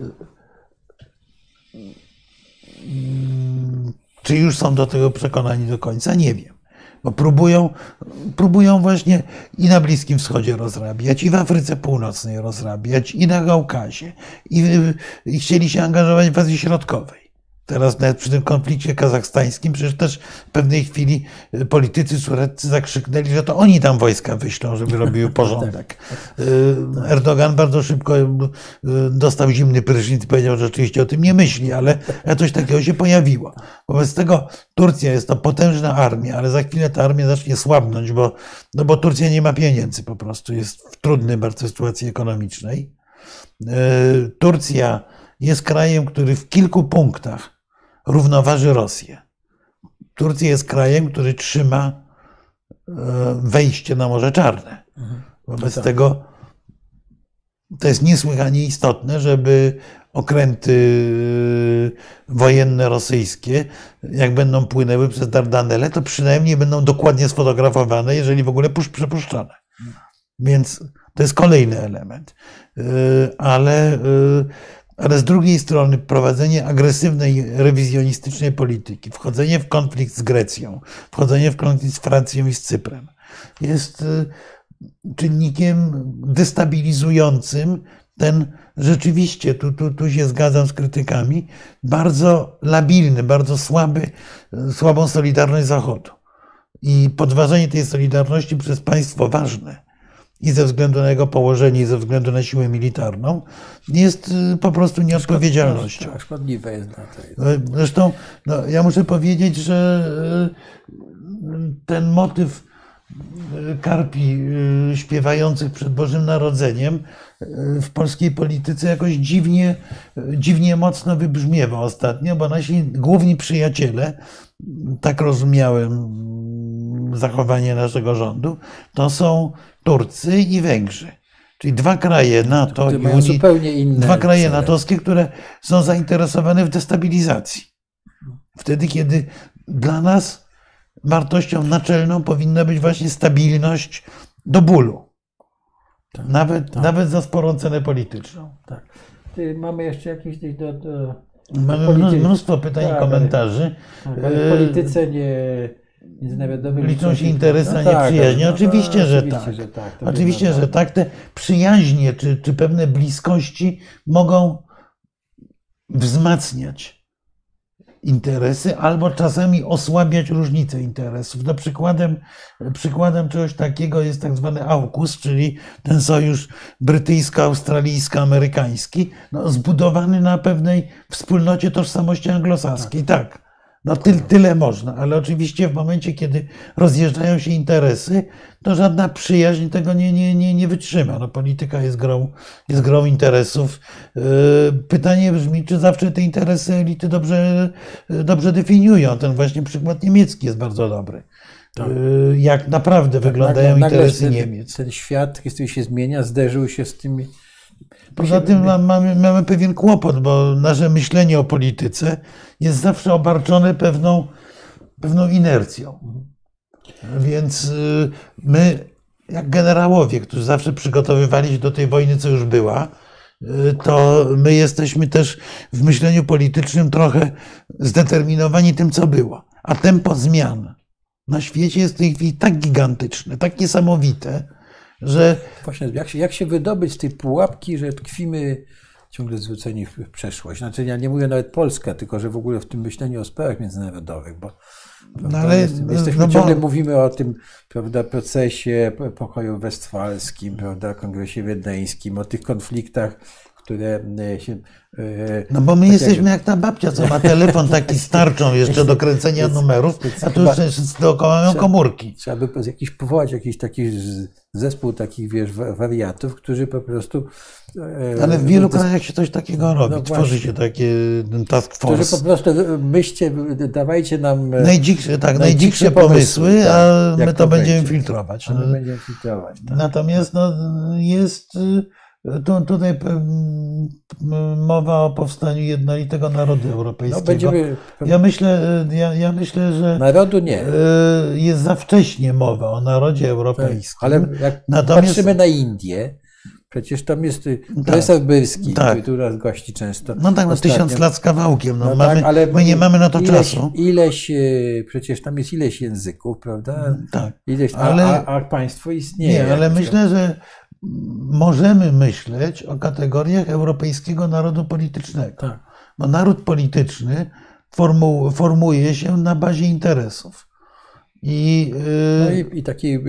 czy już są do tego przekonani do końca? Nie wiem. Bo próbują właśnie i na Bliskim Wschodzie rozrabiać, i w Afryce Północnej rozrabiać, i na Kaukazie. I chcieli się angażować w Azji Środkowej. Teraz nawet przy tym konflikcie kazachstańskim przecież też w pewnej chwili politycy tureccy zakrzyknęli, że to oni tam wojska wyślą, żeby robiły porządek. Erdogan bardzo szybko dostał zimny prysznic i powiedział, że rzeczywiście o tym nie myśli, ale coś takiego się pojawiło. Wobec tego Turcja jest to potężna armia, ale za chwilę ta armia zacznie słabnąć, bo Turcja nie ma pieniędzy po prostu, jest w trudnej bardzo sytuacji ekonomicznej. Turcja jest krajem, który w kilku punktach równoważy Rosję. Turcja jest krajem, który trzyma wejście na Morze Czarne. Wobec tego to jest niesłychanie istotne, żeby okręty wojenne rosyjskie, jak będą płynęły przez Dardanelle, to przynajmniej będą dokładnie sfotografowane, jeżeli w ogóle przepuszczane. Więc to jest kolejny element. Ale z drugiej strony prowadzenie agresywnej, rewizjonistycznej polityki, wchodzenie w konflikt z Grecją, wchodzenie w konflikt z Francją i z Cyprem jest czynnikiem destabilizującym ten rzeczywiście, tu się zgadzam z krytykami, bardzo labilny, bardzo słabą solidarność Zachodu. I podważenie tej solidarności przez państwo ważne, i ze względu na jego położenie, i ze względu na siłę militarną, jest po prostu nieodpowiedzialnością. Szkodliwe jest dla tej. Zresztą ja muszę powiedzieć, że ten motyw karpi śpiewających przed Bożym Narodzeniem w polskiej polityce jakoś dziwnie mocno wybrzmiewa ostatnio, bo nasi główni przyjaciele, tak rozumiałem zachowanie naszego rządu, to są Turcy i Węgrzy. Czyli dwa kraje NATO i dwa kraje natowskie, które są zainteresowane w destabilizacji. Wtedy, kiedy dla nas wartością naczelną powinna być właśnie stabilność do bólu. Nawet za sporą cenę polityczną. Tak. Mamy jeszcze jakieś Mamy mnóstwo pytań i komentarzy. Tak, ale w polityce międzynarodowej liczą się interesy, a nie przyjaźnie. Oczywiście, że tak. Oczywiście, że tak. Te przyjaźnie czy pewne bliskości mogą wzmacniać interesy albo czasami osłabiać różnice interesów. No przykładem czegoś takiego jest tak zwany AUKUS, czyli ten sojusz brytyjsko-australijsko-amerykański, zbudowany na pewnej wspólnocie tożsamości anglosaskiej. Tak. No tyle można, ale oczywiście w momencie, kiedy rozjeżdżają się interesy, to żadna przyjaźń tego nie wytrzyma. No, polityka jest grą interesów. Pytanie brzmi, czy zawsze te interesy elity dobrze definiują. Ten właśnie przykład niemiecki jest bardzo dobry. Tak. Jak naprawdę wyglądają interesy Niemiec. Ten świat, który się zmienia, zderzył się z tymi... Poza tym mamy pewien kłopot, bo nasze myślenie o polityce jest zawsze obarczone pewną inercją. Więc my, jak generałowie, którzy zawsze przygotowywali się do tej wojny, co już była, to my jesteśmy też w myśleniu politycznym trochę zdeterminowani tym, co było. A tempo zmian na świecie jest w tej chwili tak gigantyczne, tak niesamowite, że... Właśnie, jak się wydobyć z tej pułapki, że tkwimy ciągle zwróceni w przeszłość. Znaczy, ja nie mówię nawet Polska, tylko że w ogóle w tym myśleniu o sprawach międzynarodowych, bo ciągle mówimy o tym, prawda, procesie pokoju westfalskim, prawda, kongresie wiedeńskim, o tych konfliktach, które się... No bo my jesteśmy jak ta babcia, co ma telefon taki z tarczą jeszcze do kręcenia numerów, a tu już dookoła mają komórki. Trzeba by powołać jakiś taki zespół takich, wiesz, wariatów, którzy po prostu... Ale w wielu krajach się coś takiego robi. No tworzy się takie task force. Którzy po prostu dawajcie nam... Najdziksze pomysły, a my to będziemy filtrować. Natomiast jest... Tutaj mowa o powstaniu jednolitego narodu europejskiego. Ja myślę, że narodu nie. Jest za wcześnie mowa o narodzie europejskim. Ale jak patrzymy na Indię, przecież tam jest Królestwo Bryski, który nas gości często. No tak, 1000 lat z kawałkiem. Ale my nie mamy na to czasu. Przecież tam jest ileś języków, prawda? Tak. A państwo istnieje. Nie, ale myślę, że możemy myśleć o kategoriach europejskiego narodu politycznego. Tak. Bo naród polityczny formuje się na bazie interesów. I takiej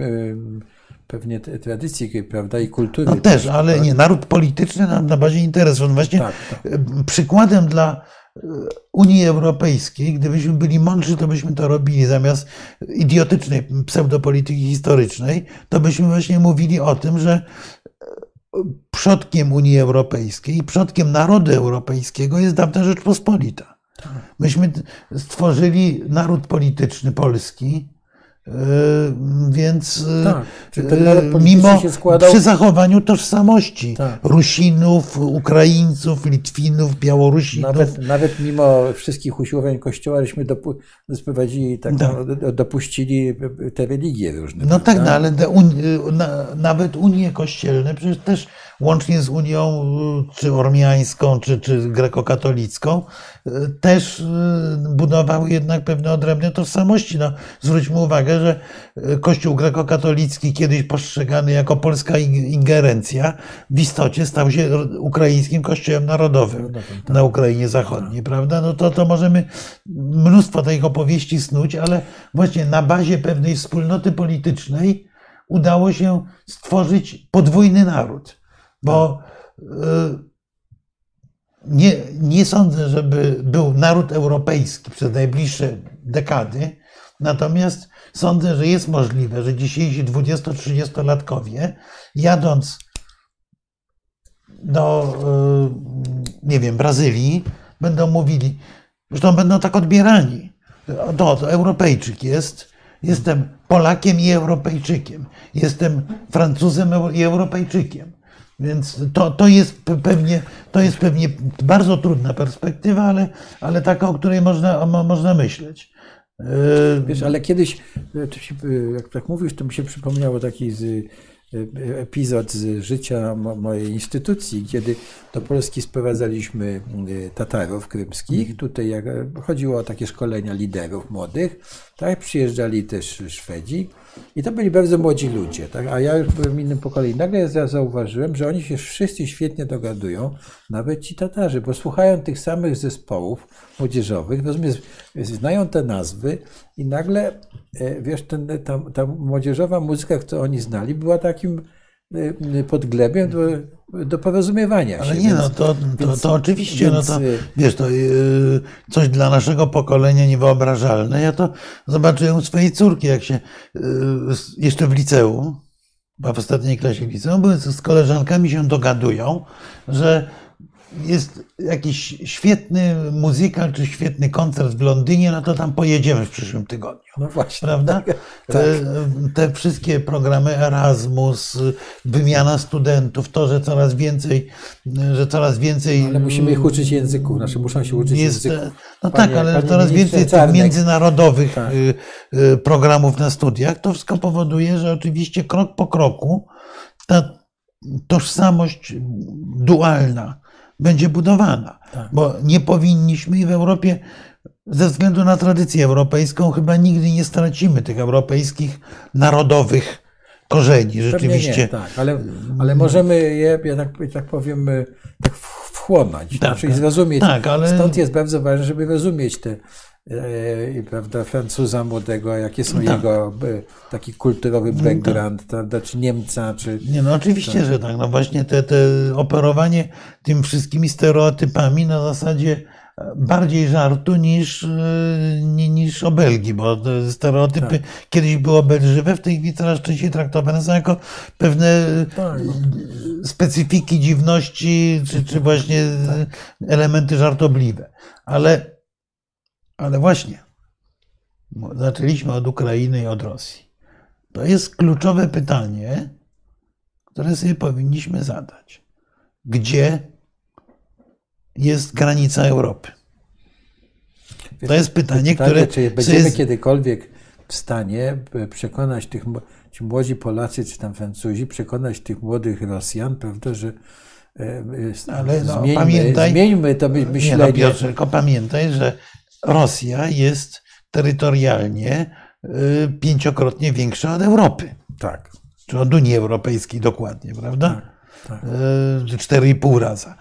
pewnie tradycji, prawda, i kultury. No też, ale tak? Nie, naród polityczny na bazie interesów. Właśnie przykładem dla Unii Europejskiej, gdybyśmy byli mądrzy, to byśmy to robili zamiast idiotycznej pseudopolityki historycznej, to byśmy właśnie mówili o tym, że przodkiem Unii Europejskiej i przodkiem narodu europejskiego jest dawna Rzeczpospolita. Myśmy stworzyli naród polityczny polski, więc przy zachowaniu tożsamości Rusinów, Ukraińców, Litwinów, Białorusinów. Nawet mimo wszystkich usiłowań Kościoła, żeśmy dopuścili te religie różne. No tak, ale nawet Unie kościelne, przecież też łącznie z Unią czy ormiańską, czy grekokatolicką, też budowały jednak pewne odrębne tożsamości. No, zwróćmy uwagę, że Kościół grekokatolicki, kiedyś postrzegany jako polska ingerencja, w istocie stał się ukraińskim kościołem narodowym na Ukrainie Zachodniej, prawda? No to możemy mnóstwo takich opowieści snuć, ale właśnie na bazie pewnej wspólnoty politycznej udało się stworzyć podwójny naród. Bo nie sądzę, żeby był naród europejski przez najbliższe dekady, natomiast sądzę, że jest możliwe, że dzisiejsi 20-30-latkowie, jadąc do, nie wiem, Brazylii, będą mówili, zresztą będą tak odbierani. To Europejczyk jest. Jestem Polakiem i Europejczykiem. Jestem Francuzem i Europejczykiem. Więc to jest pewnie bardzo trudna perspektywa, ale taka, o której można myśleć. Wiesz, ale kiedyś, jak tak mówisz, to mi się przypomniało taki epizod z życia mojej instytucji, kiedy do Polski sprowadzaliśmy Tatarów krymskich. Tutaj chodziło o takie szkolenia liderów młodych, tak? Przyjeżdżali też Szwedzi i to byli bardzo młodzi ludzie, tak? A ja już byłem w innym pokoleniu. Nagle ja zauważyłem, że oni się wszyscy świetnie dogadują, nawet ci Tatarzy, bo słuchają tych samych zespołów młodzieżowych, rozumiesz, znają te nazwy i nagle, wiesz, ta młodzieżowa muzyka, którą oni znali, była takim pod glebiem do porozumiewania się. Ale nie, to oczywiście, wiesz, to coś dla naszego pokolenia niewyobrażalne. Ja to zobaczyłem u swojej córki, jak się jeszcze w liceum, w ostatniej klasie liceum, z koleżankami się dogadują, że jest jakiś świetny muzykal czy świetny koncert w Londynie, no to tam pojedziemy w przyszłym tygodniu. No właśnie. Prawda? Tak. Te wszystkie programy Erasmus, wymiana studentów, to, że coraz więcej. Ale musimy ich uczyć języków, muszą się uczyć języków. No tak, ale coraz więcej tych międzynarodowych programów na studiach, to wszystko powoduje, że oczywiście krok po kroku ta tożsamość dualna będzie budowana, bo nie powinniśmy i w Europie ze względu na tradycję europejską chyba nigdy nie stracimy tych europejskich, narodowych korzeni. Rzeczywiście. Nie, tak, ale możemy je, tak powiem, tak wchłonąć, czyli zrozumieć. Tak, ale... Stąd jest bardzo ważne, żeby rozumieć te prawda, Francuza młodego, jakie są jego taki kulturowy background, prawda, czy Niemca, czy... Nie, no oczywiście, że tak. No właśnie te operowanie tym wszystkimi stereotypami na zasadzie bardziej żartu niż obelgi, bo te stereotypy kiedyś były obelżywe, w tej chwili coraz częściej traktowane są jako pewne specyfiki, dziwności, czy właśnie elementy żartobliwe. Ale właśnie, zaczęliśmy od Ukrainy i od Rosji. To jest kluczowe pytanie, które sobie powinniśmy zadać. Gdzie jest granica Europy? To jest pytanie, które... Czy będziemy kiedykolwiek w stanie przekonać ci młodzi Polacy, czy tam Francuzi, przekonać tych młodych Rosjan, prawda, że ale zmieńmy to myślenie. Nie, no Piotrze, tylko pamiętaj, że Rosja jest terytorialnie 5-krotnie większa od Europy. Tak. Czy od Unii Europejskiej dokładnie, prawda? Tak. 4,5 raza.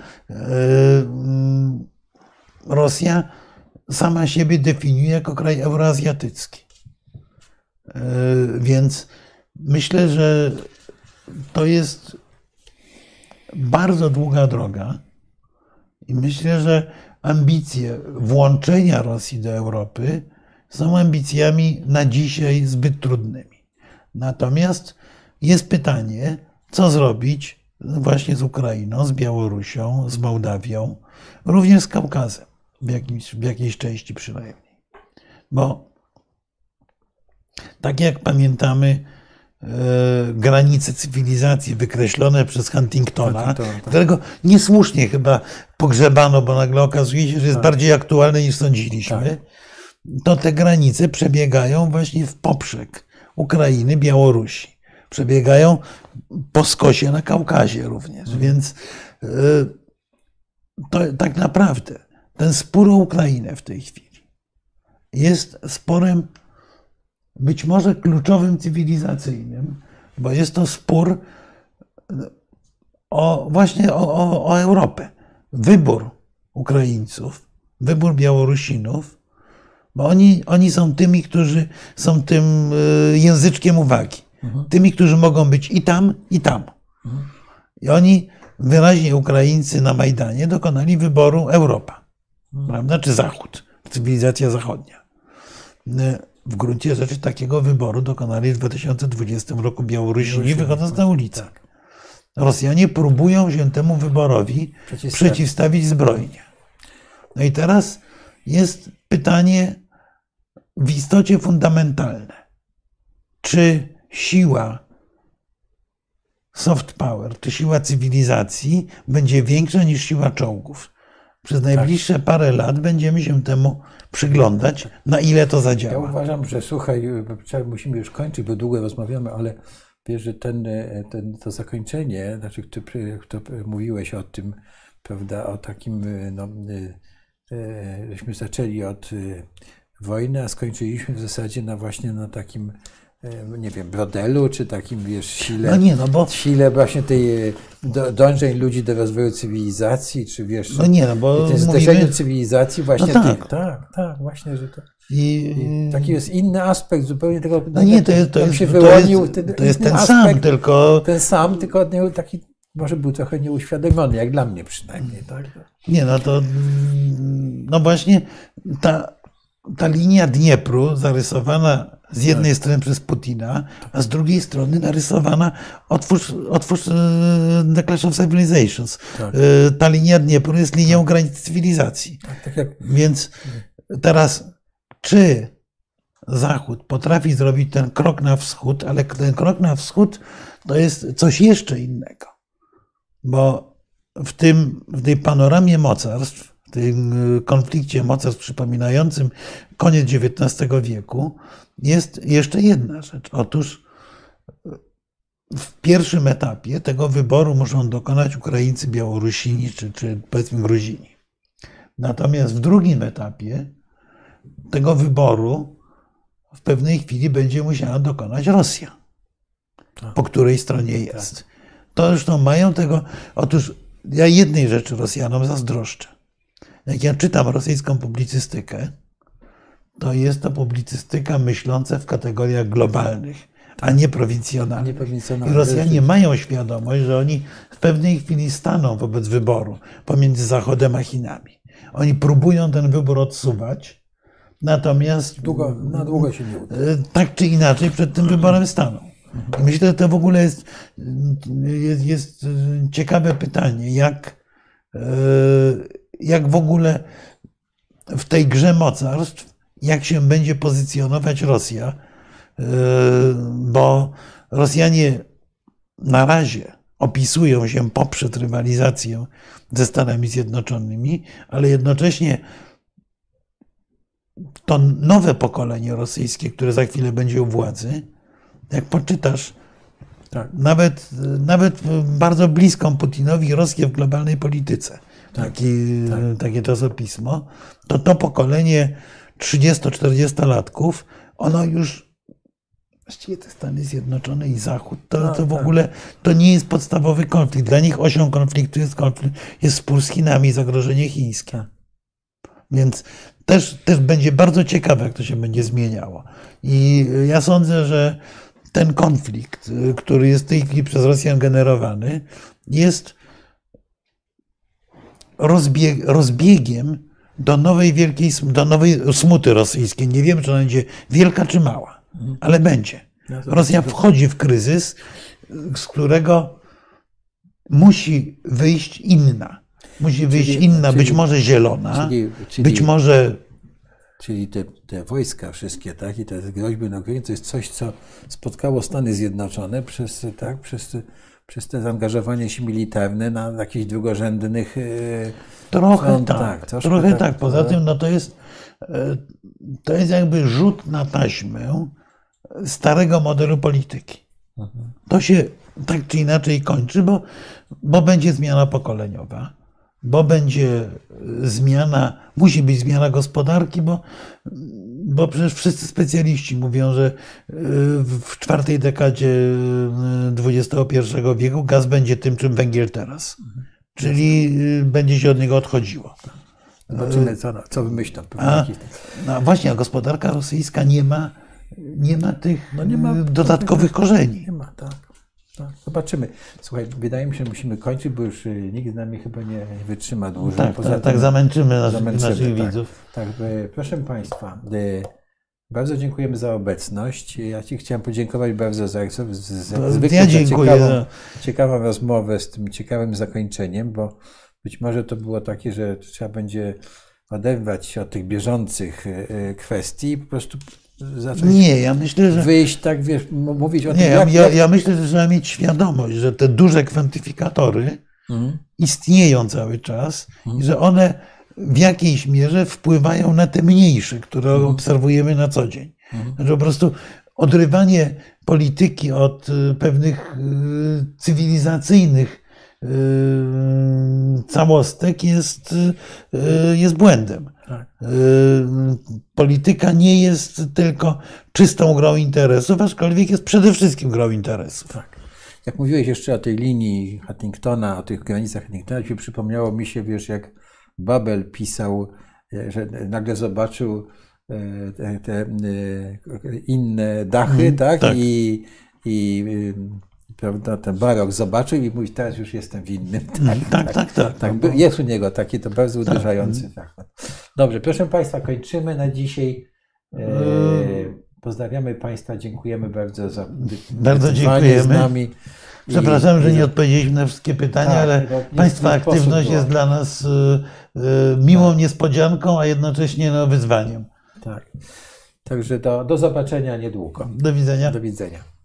Rosja sama siebie definiuje jako kraj euroazjatycki. Więc myślę, że to jest bardzo długa droga i myślę, że ambicje włączenia Rosji do Europy są ambicjami na dzisiaj zbyt trudnymi. Natomiast jest pytanie, co zrobić właśnie z Ukrainą, z Białorusią, z Mołdawią, również z Kaukazem, w jakiejś części przynajmniej. Bo tak jak pamiętamy granice cywilizacji wykreślone przez Huntingtona, którego niesłusznie chyba pogrzebano, bo nagle okazuje się, że jest bardziej aktualny niż sądziliśmy, to te granice przebiegają właśnie w poprzek Ukrainy, Białorusi. Przebiegają po skosie na Kaukazie również. Więc to tak naprawdę ten spór o Ukrainę w tej chwili jest sporem być może kluczowym cywilizacyjnym, bo jest to spór właśnie o Europę. Wybór Ukraińców, wybór Białorusinów, bo oni są tymi, którzy są tym języczkiem uwagi. Tymi, którzy mogą być i tam, i tam. I oni wyraźnie, Ukraińcy na Majdanie, dokonali wyboru Europa, prawda? Czy Zachód, cywilizacja zachodnia. W gruncie rzeczy takiego wyboru dokonali w 2020 roku Białorusini, wychodząc na ulicę. Rosjanie próbują się temu wyborowi przeciwstawić zbrojnie. No i teraz jest pytanie w istocie fundamentalne. Czy siła soft power, czy siła cywilizacji będzie większa niż siła czołgów? Przez najbliższe parę lat będziemy się temu przyglądać, na ile to zadziała. Ja uważam, że słuchaj, musimy już kończyć, bo długo rozmawiamy, ale wiesz, że to zakończenie, znaczy to mówiłeś o tym, prawda, o takim, żeśmy zaczęli od wojny, a skończyliśmy w zasadzie właśnie na takim nie wiem, brodelu, czy takim, wiesz, sile, no nie, no bo... sile właśnie tej dążeń ludzi do rozwoju cywilizacji, czy wiesz, no nie, no bo zderzeniu cywilizacji właśnie no tak. tak, właśnie, że to i taki jest inny aspekt zupełnie tego, no nie, to jest ten aspekt, sam, tylko... Ten sam, tylko od niego taki może był trochę nieuświadomiony, jak dla mnie przynajmniej, tak? Nie, no to, no właśnie ta linia Dniepru zarysowana z jednej strony przez Putina, a z drugiej strony narysowana, otwórz The Clash of Civilizations. Tak. Ta linia Dniepru jest linią granic cywilizacji. Tak jak... Więc teraz, czy Zachód potrafi zrobić ten krok na wschód, ale ten krok na wschód to jest coś jeszcze innego. Bo w tej panoramie mocarstw, w tym konflikcie mocarstw przypominającym koniec XIX wieku, jest jeszcze jedna rzecz. Otóż w pierwszym etapie tego wyboru muszą dokonać Ukraińcy, Białorusini czy powiedzmy Gruzini. Natomiast w drugim etapie tego wyboru w pewnej chwili będzie musiała dokonać Rosja, po której stronie jest. To zresztą mają tego... Otóż ja jednej rzeczy Rosjanom zazdroszczę. Jak ja czytam rosyjską publicystykę, to jest to publicystyka myśląca w kategoriach globalnych, a nie prowincjonalnych. I Rosjanie mają świadomość, że oni w pewnej chwili staną wobec wyboru pomiędzy Zachodem a Chinami. Oni próbują ten wybór odsuwać, natomiast na długo się nie uda. Tak czy inaczej przed tym wyborem staną. I myślę, że to w ogóle jest ciekawe pytanie, jak w ogóle w tej grze mocarstw, jak się będzie pozycjonować Rosja, bo Rosjanie na razie opisują się poprzez rywalizację ze Stanami Zjednoczonymi, ale jednocześnie to nowe pokolenie rosyjskie, które za chwilę będzie u władzy, jak poczytasz tak. nawet bardzo bliską Putinowi Rosję w globalnej polityce, takie czasopismo, to pokolenie 30-40-latków, ono już, właściwie te Stany Zjednoczone i Zachód, to w ogóle to nie jest podstawowy konflikt. Dla nich osią konfliktu jest spór z Chinami i zagrożenie chińskie. Więc też będzie bardzo ciekawe, jak to się będzie zmieniało. I ja sądzę, że ten konflikt, który jest w tej chwili przez Rosjan generowany, jest rozbiegiem do nowej smuty rosyjskiej. Nie wiem, czy ona będzie wielka czy mała, ale będzie. Rosja wchodzi w kryzys, z którego musi wyjść inna. Być może zielona, być może... Czyli te wojska wszystkie, tak, i te groźby na Ukrainie, to jest coś, co spotkało Stany Zjednoczone przez te zaangażowanie się militarne na jakichś drugorzędnych... Trochę tak. Poza tym no to jest jakby rzut na taśmę starego modelu polityki. To się tak czy inaczej kończy, bo będzie zmiana pokoleniowa, bo będzie musi być zmiana gospodarki, bo przecież wszyscy specjaliści mówią, że w czwartej dekadzie XXI wieku gaz będzie tym, czym węgiel teraz. Czyli będzie się od niego odchodziło. Zobaczymy, co wymyślą. No właśnie, a gospodarka rosyjska nie ma tych dodatkowych korzeni. Nie ma, tak. Zobaczymy. Słuchaj, wydaje mi się, że musimy kończyć, bo już nikt z nami chyba nie wytrzyma dłużej. Tak, zamęczymy naszych widzów. Tak, proszę Państwa, bardzo dziękujemy za obecność. Ja Ci chciałem podziękować bardzo za zwykle ciekawą rozmowę z tym ciekawym zakończeniem, bo być może to było takie, że trzeba będzie oderwać się od tych bieżących kwestii i po prostu zacząć ja myślę, że wyjść, tak wiesz, mówić o tym. Ja myślę, że trzeba mieć świadomość, że te duże kwantyfikatory istnieją cały czas i że one w jakiejś mierze wpływają na te mniejsze, które obserwujemy na co dzień. Że po prostu odrywanie polityki od pewnych cywilizacyjnych całostek jest błędem. Polityka nie jest tylko czystą grą interesów, aczkolwiek jest przede wszystkim grą interesów. Tak. Jak mówiłeś jeszcze o tej linii Huntingtona, o tych granicach Huntingtona, przypomniało mi się, wiesz, jak Babel pisał, że nagle zobaczył te inne dachy, tak? Tak. I prawda, ten barok zobaczył i mówi, teraz już jestem w innym. Tak. Jest u niego taki to bardzo uderzający zachwyt. Dobrze, proszę Państwa, kończymy na dzisiaj. Pozdrawiamy Państwa, dziękujemy bardzo za dziękujemy z nami. Przepraszam, że nie odpowiedzieliśmy na wszystkie pytania, ale Państwa aktywność jest dla nas miłą niespodzianką, a jednocześnie wyzwaniem. Tak. Także do zobaczenia niedługo. Do widzenia. Do widzenia.